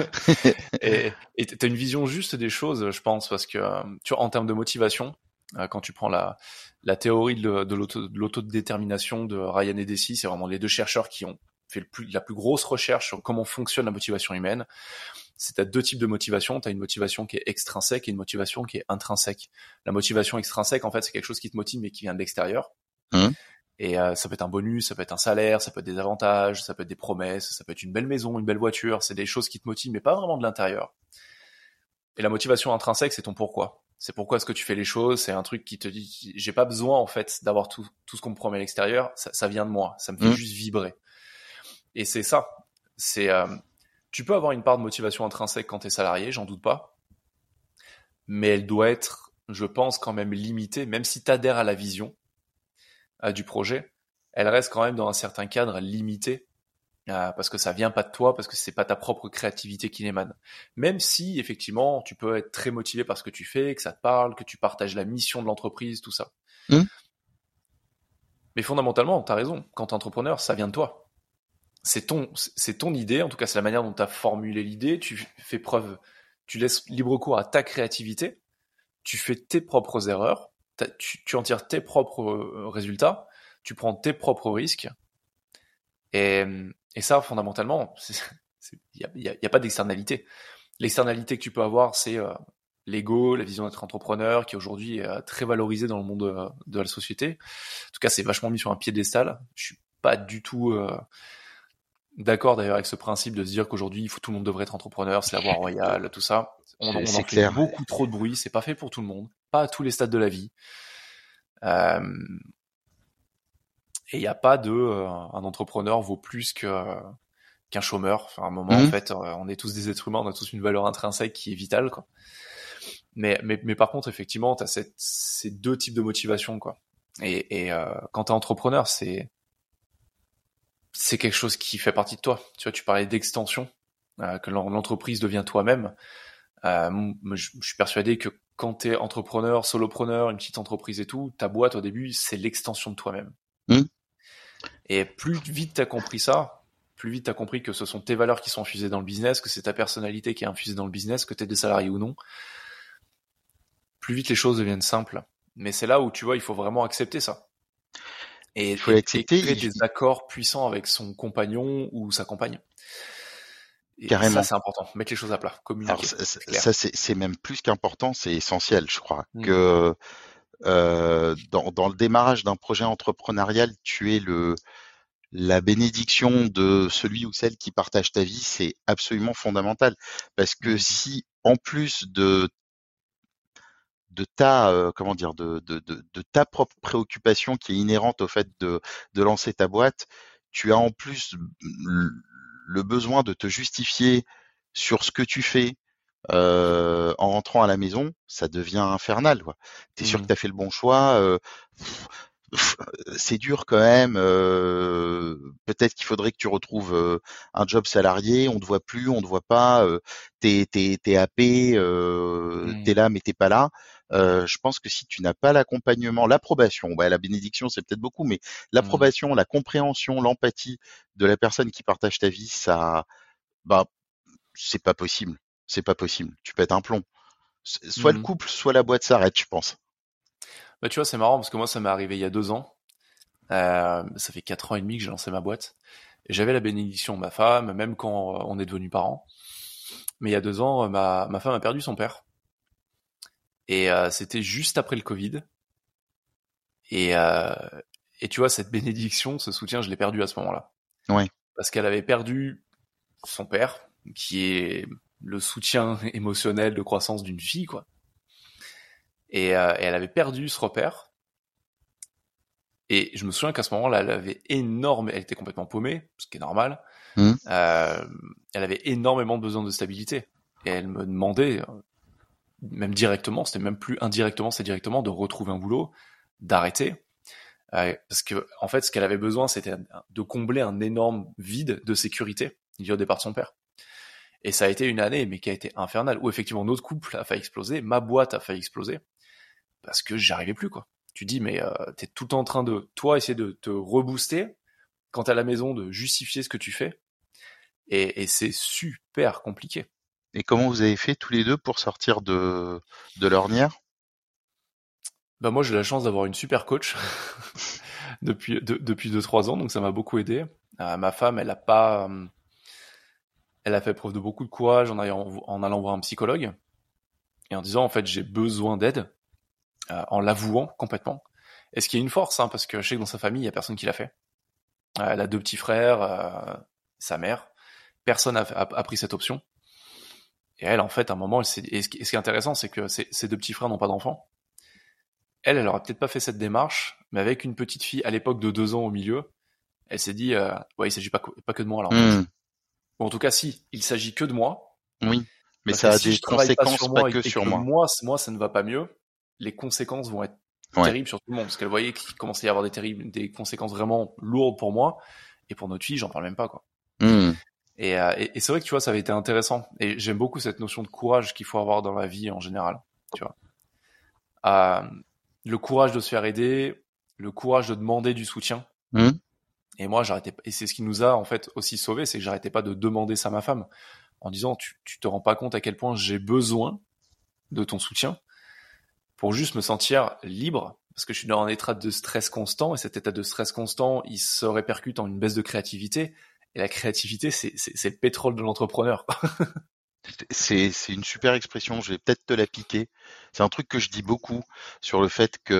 Et t'as une vision juste des choses, je pense, parce que, tu vois, en termes de motivation, quand tu prends la théorie de l'autodétermination de Ryan et Deci, c'est vraiment les deux chercheurs qui ont fait la plus grosse recherche sur comment fonctionne la motivation humaine. C'est t'as deux types de motivation. T'as une motivation qui est extrinsèque et une motivation qui est intrinsèque. La motivation extrinsèque, en fait, c'est quelque chose qui te motive mais qui vient de l'extérieur. Hum, Et ça peut être un bonus, ça peut être un salaire, ça peut être des avantages, ça peut être des promesses, ça peut être une belle maison, une belle voiture. C'est des choses qui te motivent, mais pas vraiment de l'intérieur. Et la motivation intrinsèque, c'est ton pourquoi. C'est pourquoi est-ce que tu fais les choses. C'est un truc qui te dit, j'ai pas besoin en fait d'avoir tout ce qu'on me promet à l'extérieur. Ça vient de moi. Ça me fait hum. juste vibrer. Et c'est ça. C'est tu peux avoir une part de motivation intrinsèque quand t'es salarié, j'en doute pas, mais elle doit être, je pense, quand même limitée, même si t'adhères à la vision du projet, elle reste quand même dans un certain cadre limité, parce que ça vient pas de toi, parce que c'est pas ta propre créativité qui l'émane. Même si, effectivement, tu peux être très motivé par ce que tu fais, que ça te parle, que tu partages la mission de l'entreprise, tout ça. Mmh. Mais fondamentalement, t'as raison, quand t'es entrepreneur, ça vient de toi. C'est ton idée, en tout cas c'est la manière dont tu as formulé l'idée, tu fais preuve, tu laisses libre cours à ta créativité, tu fais tes propres erreurs, tu en tires tes propres résultats, tu prends tes propres risques, et, et ça, fondamentalement, y a pas d'externalité. L'externalité que tu peux avoir, c'est l'ego, la vision d'être entrepreneur, qui aujourd'hui est très valorisée dans le monde de la société. En tout cas, c'est vachement mis sur un piédestal. Je suis pas du tout d'accord d'ailleurs avec ce principe de se dire qu'aujourd'hui, tout le monde devrait être entrepreneur, c'est la voie royale, tout ça. On C'est en fait clair. beaucoup trop de bruit, c'est pas fait pour tout le monde, pas à tous les stades de la vie. Euh, et il n'y a pas de un entrepreneur vaut plus qu'un chômeur. Enfin, à un moment, en Mmh. fait, on est tous des êtres humains, on a tous une valeur intrinsèque qui est vitale, quoi. Mais par contre, effectivement, tu as ces deux types de motivation, quoi. Et quand tu es entrepreneur, c'est quelque chose qui fait partie de toi. Tu vois, tu parlais d'extension, que l'entreprise devient toi-même. Je suis persuadé que quand tu es entrepreneur, solopreneur, une petite entreprise et tout, ta boîte au début, c'est l'extension de toi-même. Mmh. Et plus vite tu as compris ça, plus vite tu as compris que ce sont tes valeurs qui sont infusées dans le business, que c'est ta personnalité qui est infusée dans le business, que tu es des salariés ou non, plus vite les choses deviennent simples. Mais c'est là où, tu vois, il faut vraiment accepter ça. Il faut Et l'accepter, créer des accords puissants avec son compagnon ou sa compagne. Et ça, carrément. c'est important. Mettre les choses à plat, Alors communiquer, ça, ça- c'est clair. ça, c'est même plus qu'important, c'est essentiel, je crois. Mm. Que dans le démarrage d'un projet entrepreneurial, tu es la bénédiction de celui ou celle qui partage ta vie, c'est absolument fondamental. Parce que Mm. si en plus de ta comment dire de ta propre préoccupation qui est inhérente au fait de lancer ta boîte, tu as en plus le besoin de te justifier sur ce que tu fais en rentrant à la maison, ça devient infernal, quoi. T'es sûr que Mm. tu as fait le bon choix, c'est dur quand même. Peut-être qu'il faudrait que tu retrouves un job salarié. On te voit plus, on te voit pas. T'es happé, t'es Mm. là mais t'es pas là. Je pense que si tu n'as pas l'accompagnement, l'approbation, ouais, la bénédiction c'est peut-être beaucoup, mais Mm. l'approbation, la compréhension, l'empathie de la personne qui partage ta vie, ça, bah, c'est pas possible. C'est pas possible. Tu pètes un plomb. Soit le Mm. couple, soit la boîte s'arrête, je pense. Bah, tu vois, c'est marrant parce que moi, ça m'est arrivé il y a 2 ans. Ça fait 4 ans et demi que j'ai lancé ma boîte. Et j'avais la bénédiction de ma femme, même quand on est devenus parents. Mais il y a 2 ans, ma femme a perdu son père. Et c'était juste après le Covid. Et, euh, et tu vois, cette bénédiction, ce soutien, je l'ai perdu à ce moment-là. Ouais. Parce qu'elle avait perdu son père, qui est le soutien émotionnel de croissance d'une fille, quoi. Et elle avait perdu ce repère. Et je me souviens qu'à ce moment-là, elle avait elle était complètement paumée, ce qui est normal. Mmh. Euh, Elle avait énormément besoin de stabilité. Et elle me demandait, même directement, c'était même plus indirectement, c'est directement, de retrouver un boulot, d'arrêter. Parce que, en fait, ce qu'elle avait besoin, c'était de combler un énorme vide de sécurité lié au départ de son père. Et ça a été une année, mais qui a été infernale, où effectivement notre couple a failli exploser, ma boîte a failli exploser, parce que j'y arrivais plus, quoi. Tu dis, mais t'es tout le temps en train de, toi, essayer de te rebooster, quand t'es à la maison, de justifier ce que tu fais, et c'est super compliqué. Et comment vous avez fait tous les deux pour sortir de l'ornière? Bah moi, j'ai la chance d'avoir une super coach depuis 2-3 ans, donc ça m'a beaucoup aidé. Ma femme, elle a fait preuve de beaucoup de courage en allant voir un psychologue et en disant en fait j'ai besoin d'aide, en l'avouant complètement. Et ce qui est une force, hein, parce que je sais que dans sa famille il y a personne qui l'a fait. Elle a 2 petits frères, sa mère, personne a pris cette option. Et elle en fait à un moment, et ce qui est intéressant c'est que ses 2 petits frères n'ont pas d'enfants. Elle aurait peut-être pas fait cette démarche, mais avec une petite fille à l'époque de 2 ans au milieu, elle s'est dit ouais il s'agit pas que de moi là en fait. Mmh. Bon, en tout cas si, il s'agit que de moi. Oui, mais Parce que ça a si des je travaille pas conséquences sur pas moi que et sur que moi. moi ça ne va pas mieux, les conséquences vont être Ouais. terribles sur tout le monde. Parce qu'elle voyait qu'il commençait à y avoir des conséquences vraiment lourdes pour moi. Et pour notre fille, j'en parle même pas, quoi. Mmh. Et c'est vrai que tu vois, ça avait été intéressant. Et j'aime beaucoup cette notion de courage qu'il faut avoir dans la vie en général. Tu vois. Euh, le courage de se faire aider, le courage de demander du soutien. Mmh. Et moi, j'arrêtais pas. Et c'est ce qui nous a, en fait, aussi sauvés, c'est que j'arrêtais pas de demander ça à ma femme. En disant, tu te rends pas compte à quel point j'ai besoin de ton soutien pour juste me sentir libre, parce que je suis dans un état de stress constant, et cet état de stress constant, il se répercute en une baisse de créativité, et la créativité, c'est le pétrole de l'entrepreneur. C'est une super expression, je vais peut-être te la piquer. C'est un truc que je dis beaucoup sur le fait que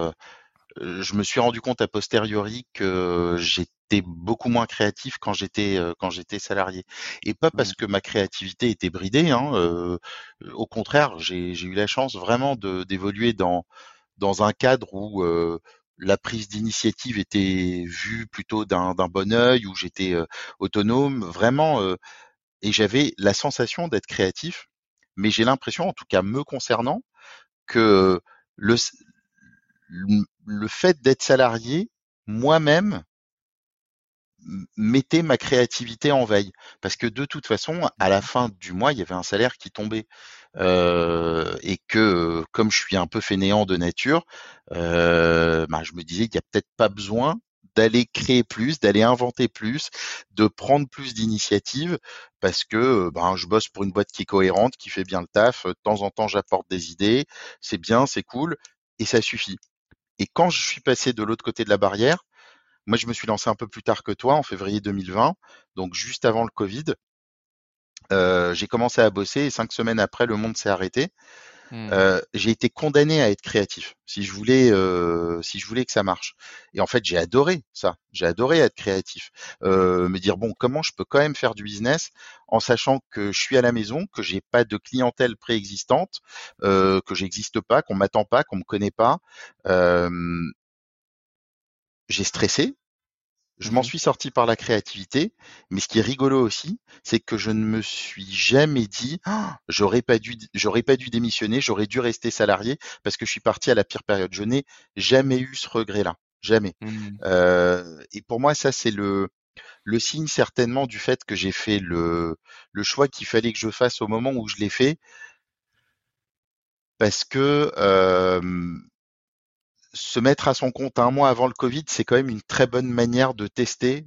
je me suis rendu compte a posteriori que j'étais beaucoup moins créatif quand j'étais salarié. Et pas parce que ma créativité était bridée, hein, au contraire, j'ai eu la chance vraiment d'évoluer dans un cadre où la prise d'initiative était vue plutôt d'un bon œil, où j'étais autonome, vraiment, et j'avais la sensation d'être créatif. Mais j'ai l'impression, en tout cas me concernant, que le, le fait d'être salarié, moi-même, mettait ma créativité en veille. Parce que de toute façon, à la fin du mois, il y avait un salaire qui tombait. Et que comme je suis un peu fainéant de nature, bah, je me disais qu'il y a peut-être pas besoin d'aller créer plus, d'aller inventer plus, de prendre plus d'initiatives, parce que ben, je bosse pour une boîte qui est cohérente, qui fait bien le taf. De temps en temps, j'apporte des idées, c'est bien, c'est cool, et ça suffit. Et quand je suis passé de l'autre côté de la barrière, moi, je me suis lancé un peu plus tard que toi, en février 2020, donc juste avant le Covid. J'ai commencé à bosser et 5 semaines après, le monde s'est arrêté. Hmm. J'ai été condamné à être créatif si je voulais que ça marche. Et en fait, j'ai adoré ça. J'ai adoré être créatif. Me dire bon, comment je peux quand même faire du business en sachant que je suis à la maison, que j'ai pas de clientèle préexistante, que j'existe pas, qu'on m'attend pas, qu'on me connaît pas. Euh, j'ai stressé. Je m'en Mhm. suis sorti par la créativité, mais ce qui est rigolo aussi, c'est que je ne me suis jamais dit ah, j'aurais pas dû démissionner, j'aurais dû rester salarié parce que je suis parti à la pire période. Je n'ai jamais eu ce regret-là, jamais. Mhm. Et pour moi, ça c'est le signe certainement du fait que j'ai fait le choix qu'il fallait que je fasse au moment où je l'ai fait, parce que se mettre à son compte un mois avant le Covid, c'est quand même une très bonne manière de tester.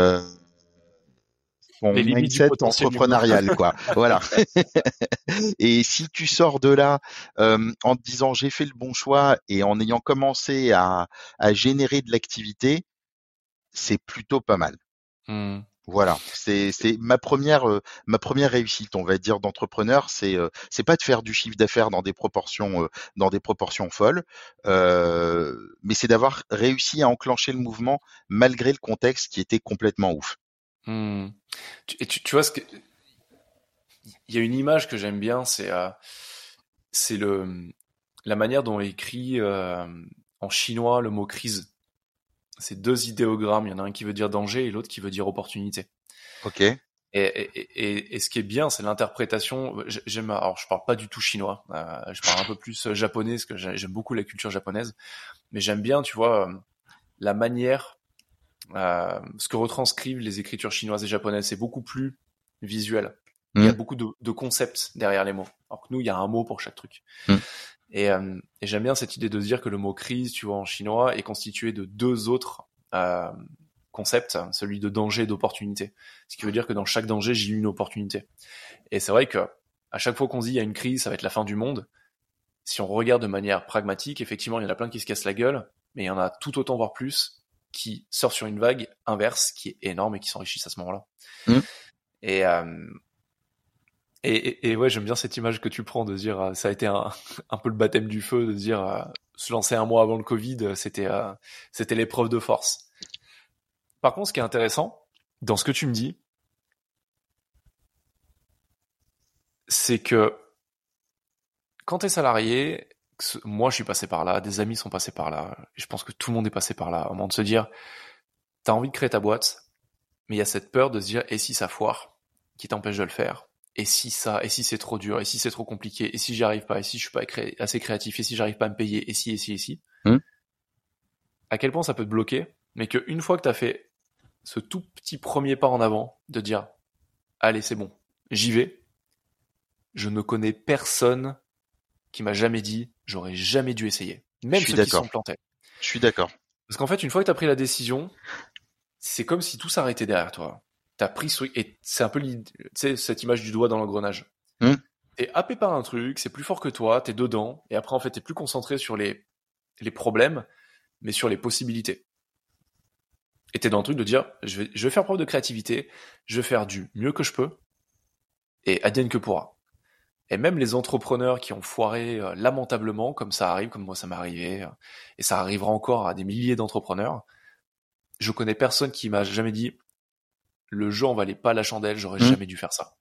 Ton Les limites du mindset potentiel humain. entrepreneurial, quoi. Voilà. Et si tu sors de là en te disant j'ai fait le bon choix et en ayant commencé à générer de l'activité, c'est plutôt pas mal. Hmm. Voilà, c'est ma première réussite, on va dire, d'entrepreneur, c'est pas de faire du chiffre d'affaires dans des proportions folles, mais c'est d'avoir réussi à enclencher le mouvement malgré le contexte qui était complètement ouf. Hmm. Et tu vois, il y a une image que j'aime bien, c'est la manière dont est écrit en chinois le mot crise. C'est 2 idéogrammes, il y en a un qui veut dire danger et l'autre qui veut dire opportunité. Ok. Et ce qui est bien, c'est l'interprétation. J'aime, alors je parle pas du tout chinois, je parle un peu plus japonais, parce que j'aime beaucoup la culture japonaise, mais j'aime bien, tu vois, la manière, ce que retranscrivent les écritures chinoises et japonaises, c'est beaucoup plus visuel. Il y a Hmm, beaucoup de concepts derrière les mots. Alors que nous, il y a un mot pour chaque truc. hmm. Et j'aime bien cette idée de se dire que le mot crise, tu vois, en chinois, est constitué de deux autres concepts, celui de danger et d'opportunité. Ce qui veut dire que dans chaque danger, j'ai eu une opportunité. Et c'est vrai que à chaque fois qu'on se dit il y a une crise, ça va être la fin du monde. Si on regarde de manière pragmatique, effectivement, il y en a plein qui se cassent la gueule, mais il y en a tout autant, voire plus, qui sortent sur une vague inverse qui est énorme et qui s'enrichissent à ce moment-là. Hmm. Et, et ouais, j'aime bien cette image que tu prends de dire, ça a été un peu le baptême du feu, de dire, se lancer un mois avant le Covid, c'était l'épreuve de force. Par contre, ce qui est intéressant, dans ce que tu me dis, c'est que quand t'es salarié, moi je suis passé par là, des amis sont passés par là, je pense que tout le monde est passé par là, au moment de se dire, t'as envie de créer ta boîte, mais il y a cette peur de se dire, et si ça foire, qui t'empêche de le faire? Et si ça, et si c'est trop dur, et si c'est trop compliqué, et si j'y arrive pas, et si je suis pas assez créatif, et si j'arrive pas à me payer, et si, Hmm. à quel point ça peut te bloquer, mais qu'une fois que t'as fait ce tout petit premier pas en avant, de dire, allez c'est bon, j'y vais, je ne connais personne qui m'a jamais dit, j'aurais jamais dû essayer. Je Même suis ceux qui se d'accord. sont plantés. Je suis d'accord. Parce qu'en fait, une fois que t'as pris la décision, c'est comme si tout s'arrêtait derrière toi. T'as pris ce truc, et c'est un peu tu sais, cette image du doigt dans l'engrenage. Hmm. T'es happé par un truc, c'est plus fort que toi, t'es dedans, et après, en fait, t'es plus concentré sur les problèmes, mais sur les possibilités. Et t'es dans le truc de dire, je vais faire preuve de créativité, je vais faire du mieux que je peux, et advienne que pourra. Et même les entrepreneurs qui ont foiré lamentablement, comme ça arrive, comme moi ça m'est arrivé, et ça arrivera encore à des milliers d'entrepreneurs, je connais personne qui m'a jamais dit, le jeu en valait pas la chandelle, j'aurais Hmm. jamais dû faire ça.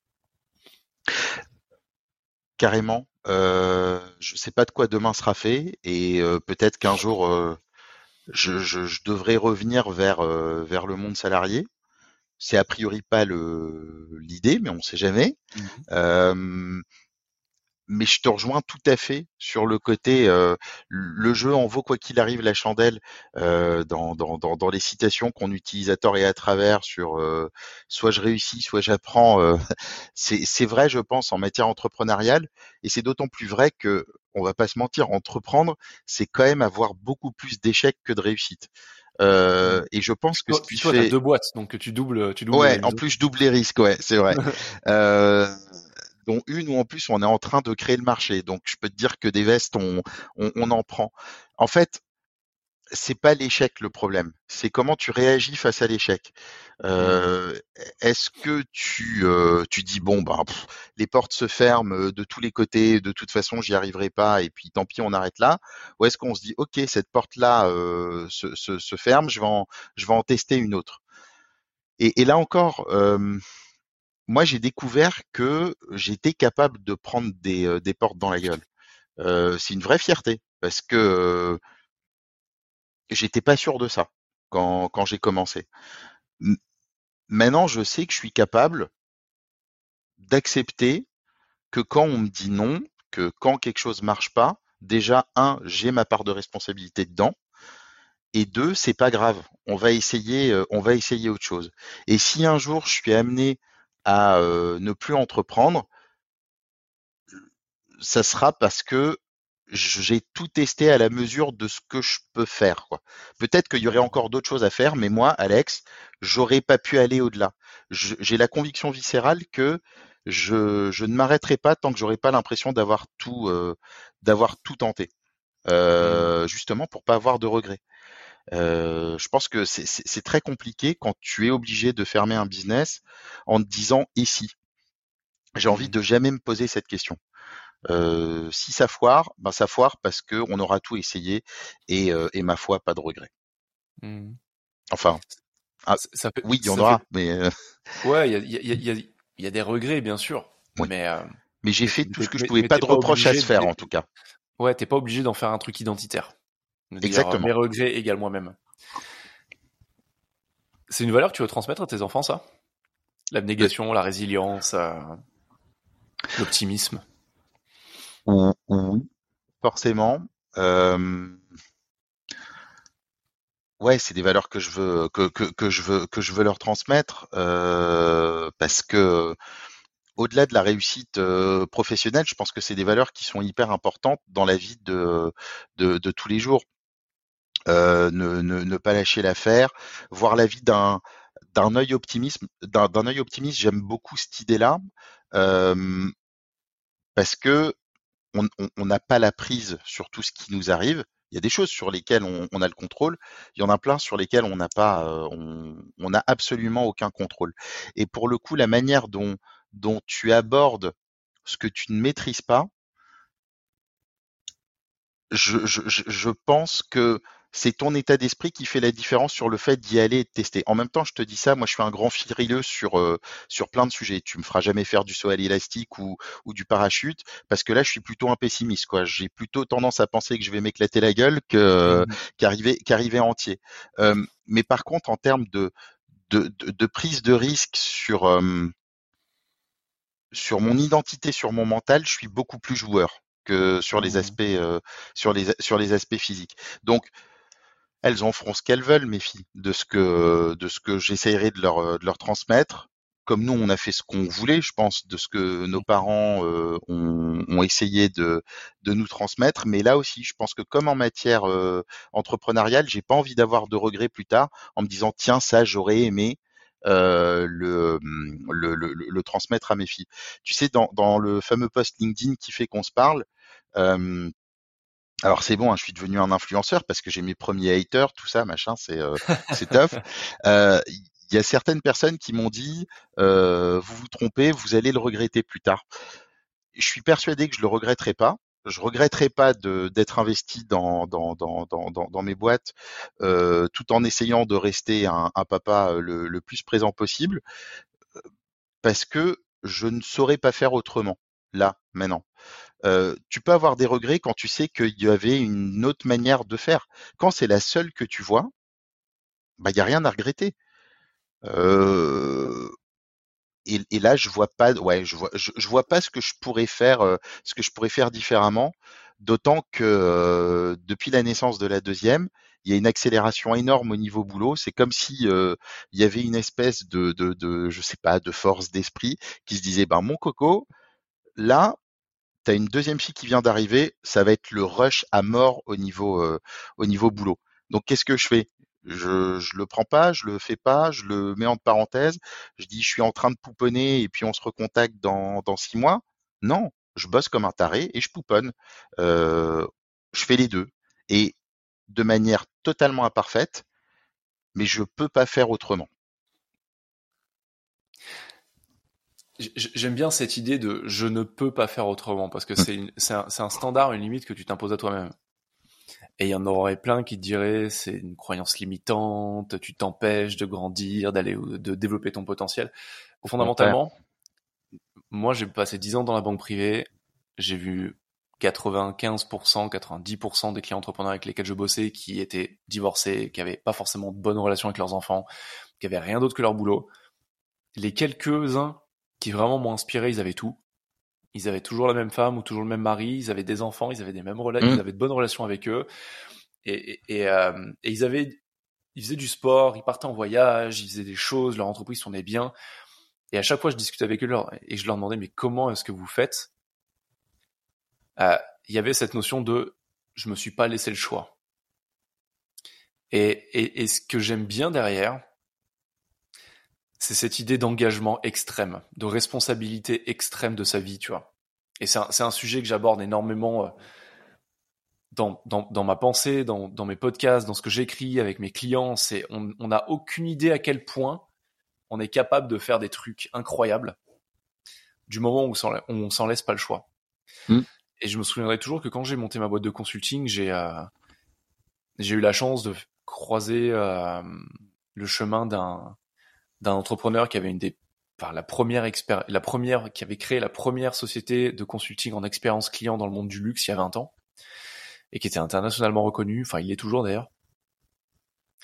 Carrément. Je sais pas de quoi demain sera fait et peut-être qu'un jour je devrais revenir vers le monde salarié. C'est a priori pas l'idée, mais on sait jamais. Mhm. Euh, mais je te rejoins tout à fait sur le côté le jeu en vaut quoi qu'il arrive la chandelle dans les citations qu'on utilise à tort et à travers sur soit je réussis, soit j'apprends. C'est vrai, je pense, en matière entrepreneuriale, et c'est d'autant plus vrai que on va pas se mentir, entreprendre, c'est quand même avoir beaucoup plus d'échecs que de réussites. Mhm. Et je pense que ce Puis qui toi, t'as fait, deux boîtes, donc tu doubles ouais, les en risques. plus je double les risques, ouais, c'est vrai. Euh, dont une où en plus on est en train de créer le marché. Donc je peux te dire que des vestes, on en prend. En fait, c'est pas l'échec le problème, c'est comment tu réagis face à l'échec. Mhm. Euh, Est-ce que tu dis bon bah les portes se ferment de tous les côtés, de toute façon j'y arriverai pas et puis tant pis on arrête là, ou est-ce qu'on se dit ok cette porte là se ferme, je vais en tester une autre. Et là encore, moi j'ai découvert que j'étais capable de prendre des portes dans la gueule. C'est une vraie fierté parce que j'étais pas sûr de ça quand j'ai commencé. M- Maintenant, je sais que je suis capable d'accepter que quand on me dit non, que quand quelque chose marche pas, déjà, un, j'ai ma part de responsabilité dedans, et deux, c'est pas grave. On va essayer autre chose. Et si un jour je suis amené à ne plus entreprendre, ça sera parce que j'ai tout testé à la mesure de ce que je peux faire, quoi. Peut-être qu'il y aurait encore d'autres choses à faire, mais moi, Alex, j'aurais pas pu aller au-delà. J'ai la conviction viscérale que je ne m'arrêterai pas tant que j'aurai pas l'impression d'avoir tout tenté. Mhm. Justement pour pas avoir de regrets. Je pense que c'est très compliqué quand tu es obligé de fermer un business en te disant et si. J'ai envie Mhm. de jamais me poser cette question. Si ça foire, ben ça foire parce que on aura tout essayé et ma foi, pas de regret. Mhm. Enfin, ah, Ça fait, oui, il y en ça fait, aura, mais ouais, il y a des regrets, bien sûr, oui. mais, Mais j'ai fait tout ce que je pouvais, mais pas t'es de pas reproche à obligé se faire en tout cas. ouais, t'es pas obligé d'en faire un truc identitaire. De dire, mes Exactement. regrets égale moi-même. C'est une valeur que tu veux transmettre à tes enfants, ça? L'abnégation, la résilience, l'optimisme. Oui, forcément. Euh, ouais, c'est des valeurs que je veux que je veux leur transmettre parce que au-delà de la réussite professionnelle, je pense que c'est des valeurs qui sont hyper importantes dans la vie de tous les jours. Ne pas lâcher l'affaire, voir la vie d'un œil optimisme, d'un œil optimiste. J'aime beaucoup cette idée-là euh, parce que on n'a pas la prise sur tout ce qui nous arrive. Il y a des choses sur lesquelles on a le contrôle. Il y en a plein sur lesquelles on n'a pas, on n'a absolument aucun contrôle. Et pour le coup, la manière dont tu abordes ce que tu ne maîtrises pas, je pense que c'est ton état d'esprit qui fait la différence sur le fait d'y aller et de tester. En même temps, je te dis ça, moi je suis un grand frileux sur plein de sujets. Tu me feras jamais faire du saut à l'élastique ou du parachute, parce que là je suis plutôt un pessimiste, quoi. J'ai plutôt tendance à penser que je vais m'éclater la gueule Mhm. qu'arriver entier. Mais par contre, en termes de prise de risque sur mon identité, sur mon mental, je suis beaucoup plus joueur que Mhm. sur les aspects physiques. Donc, elles en feront ce qu'elles veulent, mes filles, de ce que j'essayerai de leur transmettre. Comme nous, on a fait ce qu'on voulait, je pense, de ce que nos parents ont essayé de nous transmettre. Mais là aussi, je pense que comme en matière entrepreneuriale, j'ai pas envie d'avoir de regrets plus tard en me disant tiens, ça, j'aurais aimé le transmettre à mes filles. Tu sais, dans le fameux post LinkedIn qui fait qu'on se parle, euh, alors c'est bon, hein, je suis devenu un influenceur parce que j'ai mes premiers haters, tout ça, machin, c'est tough. Il y a certaines personnes qui m'ont dit vous vous trompez, vous allez le regretter plus tard. Je suis persuadé que je le regretterai pas. Je regretterai pas d'être investi dans mes boîtes, tout en essayant de rester un papa le plus présent possible, parce que je ne saurais pas faire autrement. Là, maintenant. Tu peux avoir des regrets quand tu sais qu'il y avait une autre manière de faire. Quand c'est la seule que tu vois, bah il y a rien à regretter. Euh, et là, je vois pas, ouais, je vois pas ce que je pourrais faire différemment. D'autant que depuis la naissance de la deuxième, il y a une accélération énorme au niveau boulot. C'est comme si il y avait une espèce je sais pas, de force d'esprit qui se disait, ben mon coco, là, tu as une deuxième fille qui vient d'arriver, ça va être le rush à mort au niveau boulot. Donc qu'est-ce que je fais? Je le prends pas, je le fais pas, je le mets en parenthèse, je dis je suis en train de pouponner et puis on se recontacte dans 6 mois. Non, je bosse comme un taré et je pouponne. Euh, je fais les deux. Et de manière totalement imparfaite, mais je peux pas faire autrement. J'aime bien cette idée de je ne peux pas faire autrement parce que Mm, c'est un standard, une limite que tu t'imposes à toi-même. Et il y en aurait plein qui te diraient c'est une croyance limitante, tu t'empêches de grandir, de développer ton potentiel. au contraire. Fondamentalement, moi j'ai passé 10 ans dans la banque privée, j'ai vu 95%, 90% des clients entrepreneurs avec lesquels je bossais qui étaient divorcés, qui avaient pas forcément de bonnes relations avec leurs enfants, qui avaient rien d'autre que leur boulot. Les quelques-uns qui vraiment m'ont inspiré, ils avaient tout. Ils avaient toujours la même femme ou toujours le même mari, ils avaient des enfants, ils avaient ils Mm, avaient de bonnes relations avec eux, et ils faisaient du sport, ils partaient en voyage, ils faisaient des choses, leur entreprise tournait bien. Et à chaque fois, je discutais avec eux et je leur demandais, mais comment est-ce que vous faites? Il y avait cette notion de, je me suis pas laissé le choix. Et ce que j'aime bien derrière, c'est cette idée d'engagement extrême, de responsabilité extrême de sa vie, tu vois. Et c'est un sujet que j'aborde énormément dans ma pensée, dans mes podcasts, dans ce que j'écris avec mes clients. On n'a aucune idée à quel point on est capable de faire des trucs incroyables du moment où on s'en laisse pas le choix. mm, Et je me souviendrai toujours que quand j'ai monté ma boîte de consulting, j'ai eu la chance de croiser le chemin d'un entrepreneur qui avait la première qui avait créé la première société de consulting en expérience client dans le monde du luxe il y a 20 ans et qui était internationalement reconnu. Enfin, il est toujours d'ailleurs.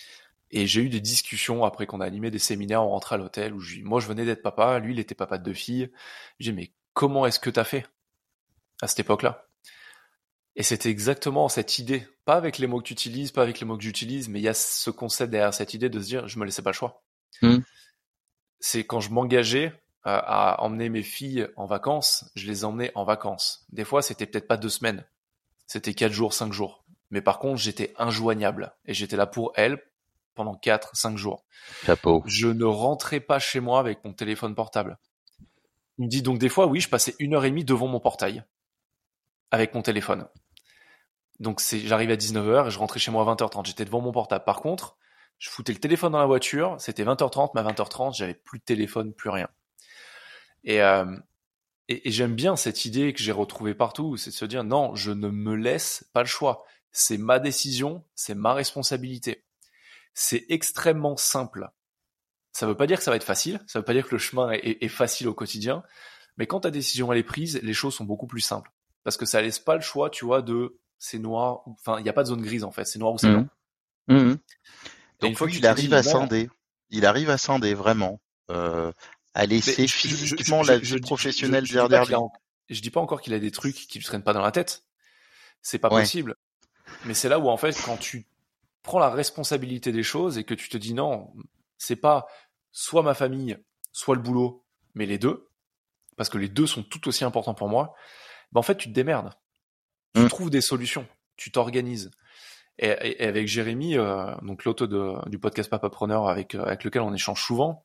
Et j'ai eu des discussions après qu'on a animé des séminaires, on rentrait à l'hôtel où moi je venais d'être papa, lui il était papa de 2 filles. J'ai dit mais comment est-ce que t'as fait à cette époque-là? Et c'était exactement cette idée, pas avec les mots que tu utilises, pas avec les mots que j'utilise, mais il y a ce concept derrière cette idée de se dire je me laissais pas le choix. Mm. C'est quand je m'engageais à emmener mes filles en vacances, je les emmenais en vacances. Des fois c'était peut-être pas 2 semaines, c'était 4 jours, 5 jours. Mais par contre j'étais injoignable et j'étais là pour elles pendant 4, 5 jours. Chapeau. Je ne rentrais pas chez moi avec mon téléphone portable. Il me dit donc des fois, oui, je passais 1h30 devant mon portail avec mon téléphone. Donc j'arrivais à 19h et je rentrais chez moi à 20h30. J'étais devant mon portable. Par contre, je foutais le téléphone dans la voiture. C'était 20h30, mais à 20h30, j'avais plus de téléphone, plus rien. Et, et j'aime bien cette idée que j'ai retrouvée partout, c'est de se dire non, je ne me laisse pas le choix. C'est ma décision, c'est ma responsabilité. C'est extrêmement simple. Ça veut pas dire que ça va être facile, ça veut pas dire que le chemin est facile au quotidien, mais quand ta décision elle est prise, les choses sont beaucoup plus simples. Parce que ça laisse pas le choix, tu vois, de c'est noir, enfin, il n'y a pas de zone grise en fait, c'est noir ou c'est blanc. Mm. Mm. Et une Donc fois que lui, tu il te arrive dis à non, scinder. Il arrive à scinder vraiment, à mais laisser physiquement la vie professionnelle je dis pas derrière qu'il a, lui. je dis pas encore qu'il a des trucs qui lui traînent pas dans la tête, c'est pas Ouais. possible. Mais c'est là où en fait, quand tu prends la responsabilité des choses et que tu te dis non, c'est pas soit ma famille, soit le boulot, mais les deux, parce que les deux sont tout aussi importants pour moi, ben en fait, tu te démerdes. Tu Mm. trouves des solutions. Tu t'organises. Et avec Jérémy, donc l'auteur du podcast Papapreneur avec lequel on échange souvent,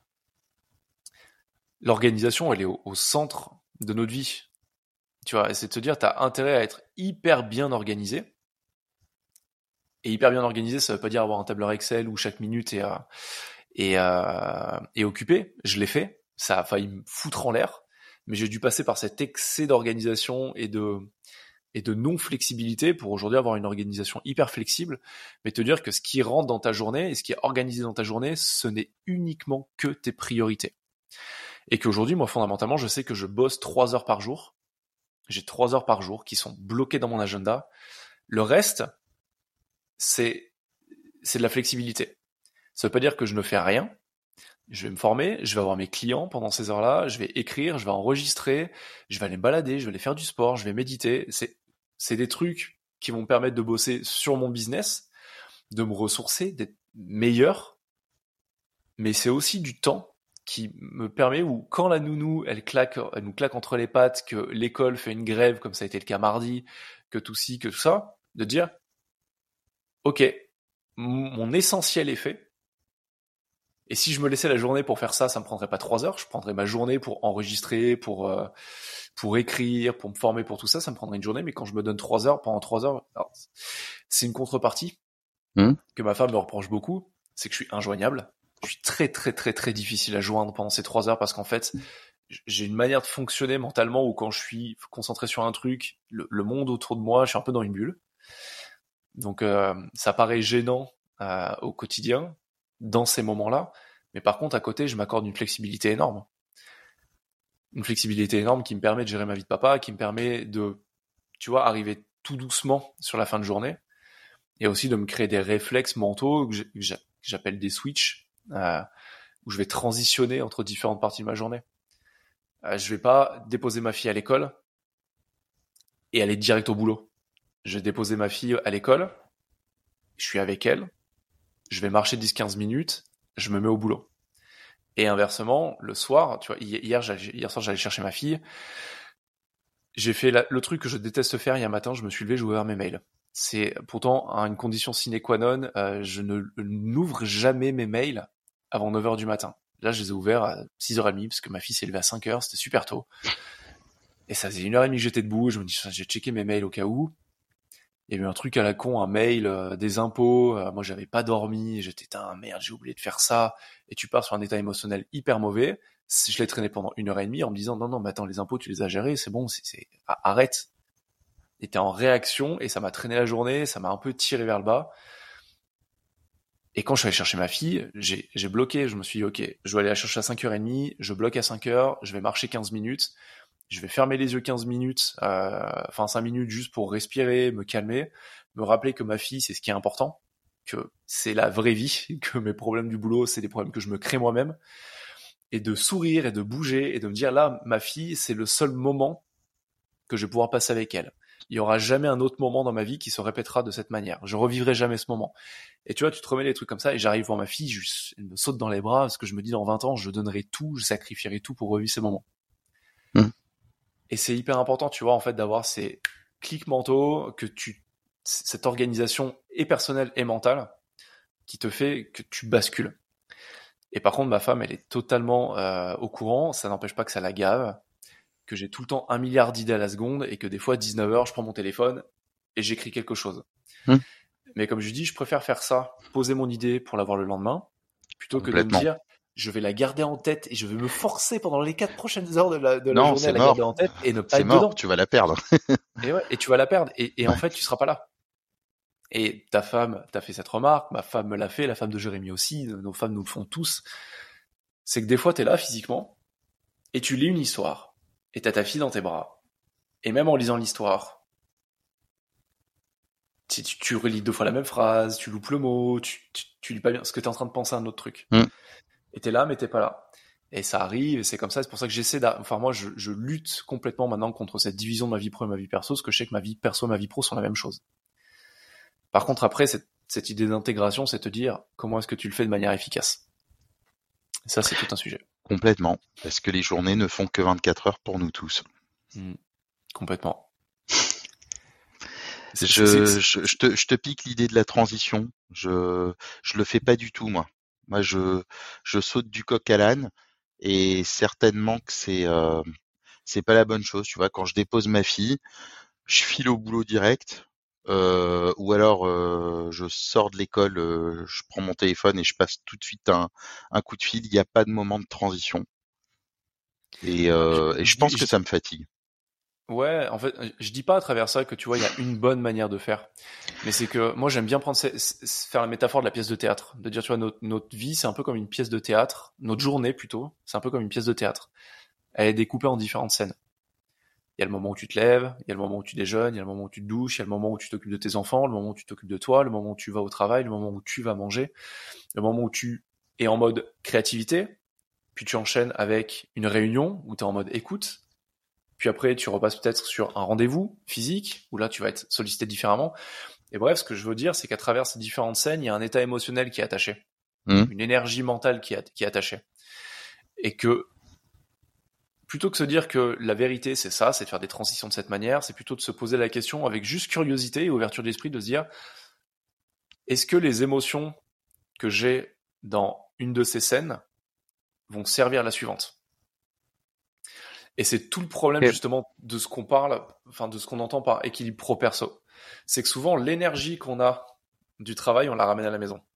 l'organisation, elle est au centre de notre vie. Tu vois, c'est de te dire, tu as intérêt à être hyper bien organisé. Et hyper bien organisé, ça veut pas dire avoir un tableur Excel où chaque minute est occupée. Je l'ai fait. Ça a failli me foutre en l'air. Mais j'ai dû passer par cet excès d'organisation et de non-flexibilité pour aujourd'hui avoir une organisation hyper flexible, mais te dire que ce qui rentre dans ta journée et ce qui est organisé dans ta journée, ce n'est uniquement que tes priorités. Et qu'aujourd'hui, moi, fondamentalement, je sais que je bosse 3 heures par jour. J'ai 3 heures par jour qui sont bloquées dans mon agenda. Le reste, c'est de la flexibilité. Ça veut pas dire que je ne fais rien. Je vais me former, je vais avoir mes clients pendant ces heures-là, je vais écrire, je vais enregistrer, je vais aller me balader, je vais aller faire du sport, je vais méditer. C'est des trucs qui vont me permettre de bosser sur mon business, de me ressourcer, d'être meilleur, mais c'est aussi du temps qui me permet où quand la nounou, elle nous claque entre les pattes, que l'école fait une grève, comme ça a été le cas mardi, que tout ci, que tout ça, de dire, ok, mon essentiel est fait. Et si je me laissais la journée pour faire ça, ça me prendrait pas 3 heures. Je prendrais ma journée pour enregistrer, pour écrire, pour me former, pour tout ça. Ça me prendrait une journée. Mais quand je me donne 3 heures, pendant 3 heures, alors, c'est une contrepartie que ma femme me reproche beaucoup. C'est que je suis injoignable. Je suis très, très, très, très difficile à joindre pendant ces 3 heures parce qu'en fait, j'ai une manière de fonctionner mentalement où quand je suis concentré sur un truc, le monde autour de moi, je suis un peu dans une bulle. Donc, ça paraît gênant au quotidien dans ces moments-là. Mais par contre, à côté, je m'accorde une flexibilité énorme. Une flexibilité énorme qui me permet de gérer ma vie de papa, qui me permet de, tu vois, arriver tout doucement sur la fin de journée et aussi de me créer des réflexes mentaux que j'appelle des switches, où je vais transitionner entre différentes parties de ma journée. Je vais pas déposer ma fille à l'école et aller direct au boulot. Je vais déposer ma fille à l'école, je suis avec elle, je vais marcher 10-15 minutes, je me mets au boulot. Et inversement, le soir, tu vois, hier soir, j'allais chercher ma fille. J'ai fait le truc que je déteste faire hier matin, je me suis levé, j'ai ouvert mes mails. C'est pourtant une condition sine qua non, je n'ouvre jamais mes mails avant 9h du matin. Là, je les ai ouverts à 6h30 parce que ma fille s'est levée à 5h, c'était super tôt. Et ça faisait 1h30 que j'étais debout, je me dis, j'ai checké mes mails au cas où. Il y a eu un truc à la con, un mail des impôts. Moi, j'avais pas dormi. J'étais merde, j'ai oublié de faire ça. Et tu pars sur un état émotionnel hyper mauvais. Je l'ai traîné pendant 1h30 en me disant non, mais attends, les impôts, tu les as gérés, c'est bon, arrête. Et t'es en réaction et ça m'a traîné la journée, ça m'a un peu tiré vers le bas. Et quand je suis allé chercher ma fille, j'ai bloqué. Je me suis dit ok, je vais aller la chercher à 5h30. Je bloque à 5h. Je vais marcher 15 minutes. Je vais fermer les yeux 15 minutes, 5 minutes juste pour respirer, me calmer, me rappeler que ma fille, c'est ce qui est important. que c'est la vraie vie, que mes problèmes du boulot, c'est des problèmes que je me crée moi-même, et de sourire et de bouger et de me dire là, ma fille, c'est le seul moment que je vais pouvoir passer avec elle. Il y aura jamais un autre moment dans ma vie qui se répétera de cette manière. Je revivrai jamais ce moment. Et tu vois, tu te remets des trucs comme ça et j'arrive voir ma fille, elle me saute dans les bras parce que je me dis dans 20 ans, je donnerai tout, je sacrifierai tout pour revivre ces moments. Et c'est hyper important, tu vois, en fait, d'avoir ces clics mentaux, cette organisation est personnelle et mentale qui te fait que tu bascules. Et par contre, ma femme, elle est totalement au courant, ça n'empêche pas que ça la gave, que j'ai tout le temps 1 milliard d'idées à la seconde et que des fois, 19h, je prends mon téléphone et j'écris quelque chose. Mais comme je dis, je préfère faire ça, poser mon idée pour l'avoir le lendemain, plutôt que de me dire, je vais la garder en tête et je vais me forcer pendant les 4 prochaines heures de la journée à la garder en tête et ne pas être dedans. Tu vas la perdre. et tu vas la perdre. Et en fait, tu seras pas là. Et ta femme t'a fait cette remarque, ma femme me l'a fait, la femme de Jérémy aussi, nos femmes nous le font tous. C'est que des fois, t'es là physiquement et tu lis une histoire et t'as ta fille dans tes bras. Et même en lisant l'histoire, tu relis 2 fois la même phrase, tu loupes le mot, tu lis pas bien, parce que t'es en train de penser à un autre truc. Et t'es là, mais t'es pas là. Et ça arrive, et c'est comme ça, c'est pour ça que j'essaie moi, je lutte complètement maintenant contre cette division de ma vie pro et ma vie perso, parce que je sais que ma vie perso et ma vie pro sont la même chose. Par contre, après, cette idée d'intégration, c'est te dire, comment est-ce que tu le fais de manière efficace? Et ça, c'est tout un sujet. Complètement. Parce que les journées ne font que 24 heures pour nous tous. Complètement. Je te pique l'idée de la transition. Je le fais pas du tout, moi. Moi, je saute du coq à l'âne et certainement que c'est pas la bonne chose. Tu vois, quand je dépose ma fille, je file au boulot direct, ou alors je sors de l'école, je prends mon téléphone et je passe tout de suite un coup de fil. Il n'y a pas de moment de transition. Et je pense que ça me fatigue. Ouais, en fait, je dis pas à travers ça que tu vois, il y a une bonne manière de faire. Mais c'est que moi, j'aime bien faire la métaphore de la pièce de théâtre. De dire, tu vois, notre vie, c'est un peu comme une pièce de théâtre. Notre journée, plutôt, c'est un peu comme une pièce de théâtre. Elle est découpée en différentes scènes. Il y a le moment où tu te lèves, il y a le moment où tu déjeunes, il y a le moment où tu te douches, il y a le moment où tu t'occupes de tes enfants, le moment où tu t'occupes de toi, le moment où tu vas au travail, le moment où tu vas manger, le moment où tu es en mode créativité, puis tu enchaînes avec une réunion où tu es en mode écoute, puis après tu repasses peut-être sur un rendez-vous physique, où là tu vas être sollicité différemment. Et bref, ce que je veux dire, c'est qu'à travers ces différentes scènes, il y a un état émotionnel qui est attaché, une énergie mentale qui est attachée. Et que plutôt que se dire que la vérité c'est ça, c'est de faire des transitions de cette manière, c'est plutôt de se poser la question avec juste curiosité et ouverture d'esprit, de se dire est-ce que les émotions que j'ai dans une de ces scènes vont servir à la suivante? Et c'est tout le problème justement de ce qu'on parle, enfin de ce qu'on entend par équilibre pro-perso. C'est que souvent l'énergie qu'on a du travail, on la ramène à la maison.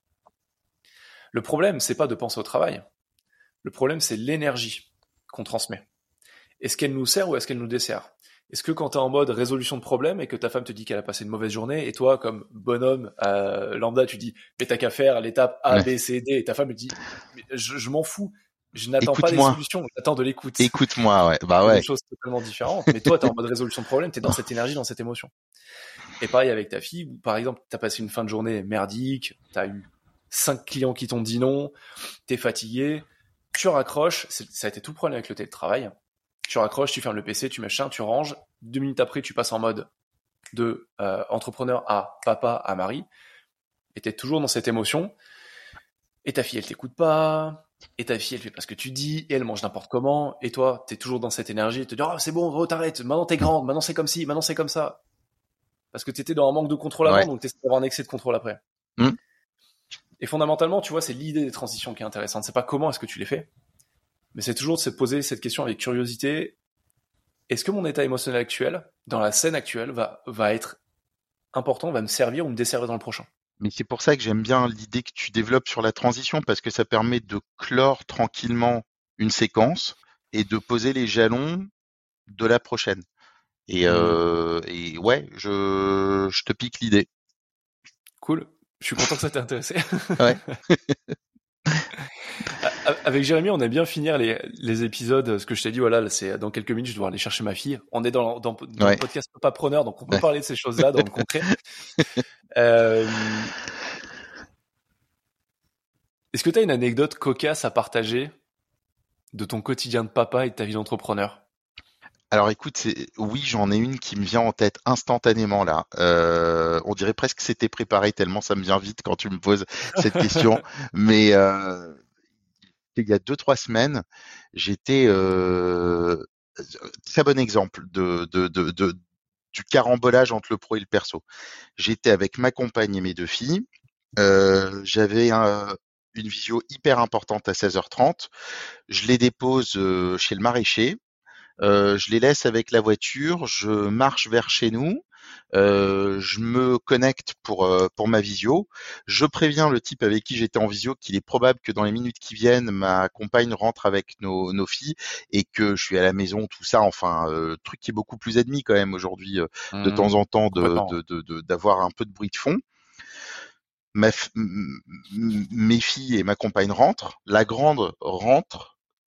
Le problème, c'est pas de penser au travail. Le problème, c'est l'énergie qu'on transmet. Est-ce qu'elle nous sert ou est-ce qu'elle nous dessert? Est-ce que quand t'es en mode résolution de problème et que ta femme te dit qu'elle a passé une mauvaise journée et toi, comme bonhomme lambda, tu dis mais t'as qu'à faire l'étape A, B, C, D et ta femme me dit mais je m'en fous, je n'attends pas des solutions, j'attends de l'écoute. Écoute-moi, ouais, bah ouais. C'est des choses totalement différentes. Mais toi, t'es en mode résolution de problème, t'es dans cette énergie, dans cette émotion. Et pareil avec ta fille, où par exemple, t'as passé une fin de journée merdique, t'as eu 5 clients qui t'ont dit non, t'es fatigué, tu raccroches, ça a été tout le problème avec le télétravail. Tu raccroches, tu fermes le PC, tu machins, tu ranges. 2 minutes après, tu passes en mode de entrepreneur à papa à mari. Et t'es toujours dans cette émotion. Et ta fille, elle t'écoute pas. Et ta fille, elle fait pas ce que tu dis. Et elle mange n'importe comment. Et toi, t'es toujours dans cette énergie. Tu te dis, oh, c'est bon, t'arrêtes. Maintenant, t'es grande. Maintenant, c'est comme ci. Maintenant, c'est comme ça. Parce que t'étais dans un manque de contrôle avant, donc t'essaies d'avoir un excès de contrôle après. Et fondamentalement, tu vois, c'est l'idée des transitions qui est intéressante. C'est pas comment est-ce que tu les fais. Mais c'est toujours de se poser cette question avec curiosité. Est-ce que mon état émotionnel actuel, dans la scène actuelle, va être important, va me servir ou me desservir dans le prochain? Mais c'est pour ça que j'aime bien l'idée que tu développes sur la transition, parce que ça permet de clore tranquillement une séquence et de poser les jalons de la prochaine. Et ouais, je te pique l'idée. Cool. Je suis content que ça t'ait intéressé. Ouais. Avec Jérémy, on aime bien finir les épisodes. Ce que je t'ai dit, voilà, c'est dans quelques minutes, je dois aller chercher ma fille. On est dans le podcast Papa Preneur, donc on peut parler de ces choses-là dans le concret. Est-ce que tu as une anecdote cocasse à partager de ton quotidien de papa et de ta vie d'entrepreneur? Alors écoute, oui, j'en ai une qui me vient en tête instantanément là. On dirait presque que c'était préparé tellement ça me vient vite quand tu me poses cette question. Mais il y a 2, 3 semaines, j'étais très bon exemple du carambolage entre le pro et le perso. J'étais avec ma compagne et mes 2 filles. J'avais une visio hyper importante à 16h30. Je les dépose chez le maraîcher. Je les laisse avec la voiture, je marche vers chez nous, je me connecte pour ma visio. Je préviens le type avec qui j'étais en visio qu'il est probable que dans les minutes qui viennent, ma compagne rentre avec nos filles et que je suis à la maison, tout ça. Enfin, truc qui est beaucoup plus admis quand même aujourd'hui, de temps en temps, Complètement. d'avoir un peu de bruit de fond. Mes filles et ma compagne rentrent. La grande rentre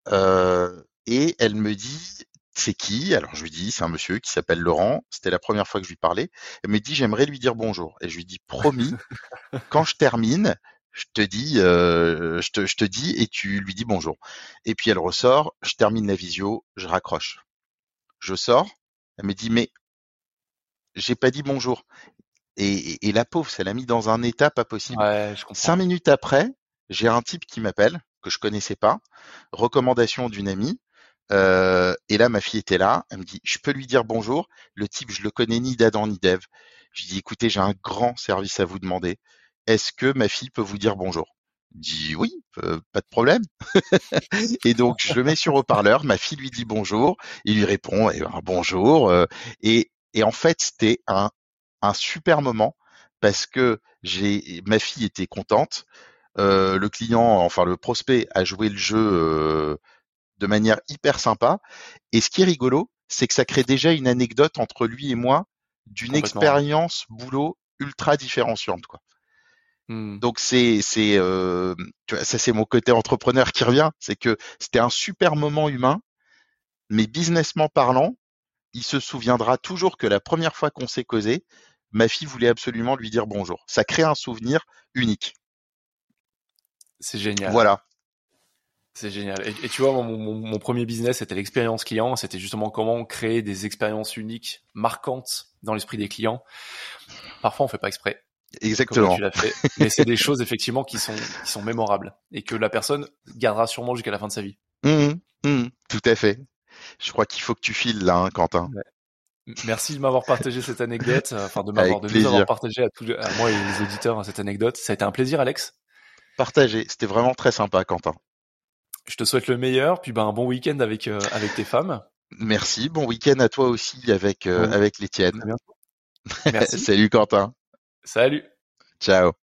et elle me dit, c'est qui? Alors je lui dis, c'est un monsieur qui s'appelle Laurent. C'était la première fois que je lui parlais. Elle me dit, j'aimerais lui dire bonjour. Et je lui dis, promis, quand je termine, je te dis, je te dis et tu lui dis bonjour. Et puis elle ressort, je termine la visio, je raccroche. Je sors, elle me dit, mais j'ai pas dit bonjour. Et la pauvre, ça l'a mis dans un état pas possible. Ouais, je Cinq comprends. minutes après, j'ai un type qui m'appelle, que je connaissais pas, recommandation d'une amie. Et là, ma fille était là. Elle me dit, je peux lui dire bonjour. Le type, je le connais ni d'Adam ni d'Ève. Je lui dis, écoutez, j'ai un grand service à vous demander. Est-ce que ma fille peut vous dire bonjour? Il dit oui, pas de problème. Et donc, je le mets sur haut-parleur. Ma fille lui dit bonjour. Il lui répond bonjour. Et en fait, c'était un super moment parce que ma fille était contente. Le client, enfin le prospect, a joué le jeu de manière hyper sympa. Et ce qui est rigolo, c'est que ça crée déjà une anecdote entre lui et moi d'une Complètement. expérience boulot ultra différenciante, quoi. Hmm. Donc tu vois, ça c'est mon côté entrepreneur qui revient, c'est que c'était un super moment humain, mais businessment parlant, il se souviendra toujours que la première fois qu'on s'est causé, ma fille voulait absolument lui dire bonjour. Ça crée un souvenir unique. C'est génial. Voilà, C'est génial. Et tu vois, mon premier business, c'était l'expérience client. C'était justement comment créer des expériences uniques, marquantes dans l'esprit des clients. Parfois, on fait pas exprès, comme là tu exactement. l'as fait. Mais c'est des choses, effectivement, qui sont mémorables et que la personne gardera sûrement jusqu'à la fin de sa vie. Tout à fait. Je crois qu'il faut que tu files là, hein, Quentin. Ouais. Merci de m'avoir partagé cette anecdote, enfin Avec de nous avoir plaisir. partagé à moi et les auditeurs cette anecdote. Ça a été un plaisir, Alex. Partagé. C'était vraiment très sympa, Quentin. Je te souhaite le meilleur, puis ben un bon week-end avec tes femmes. Merci. Bon week-end à toi aussi Bon, avec les à tiennes. très bientôt. Merci. Salut, Quentin. Salut. Ciao.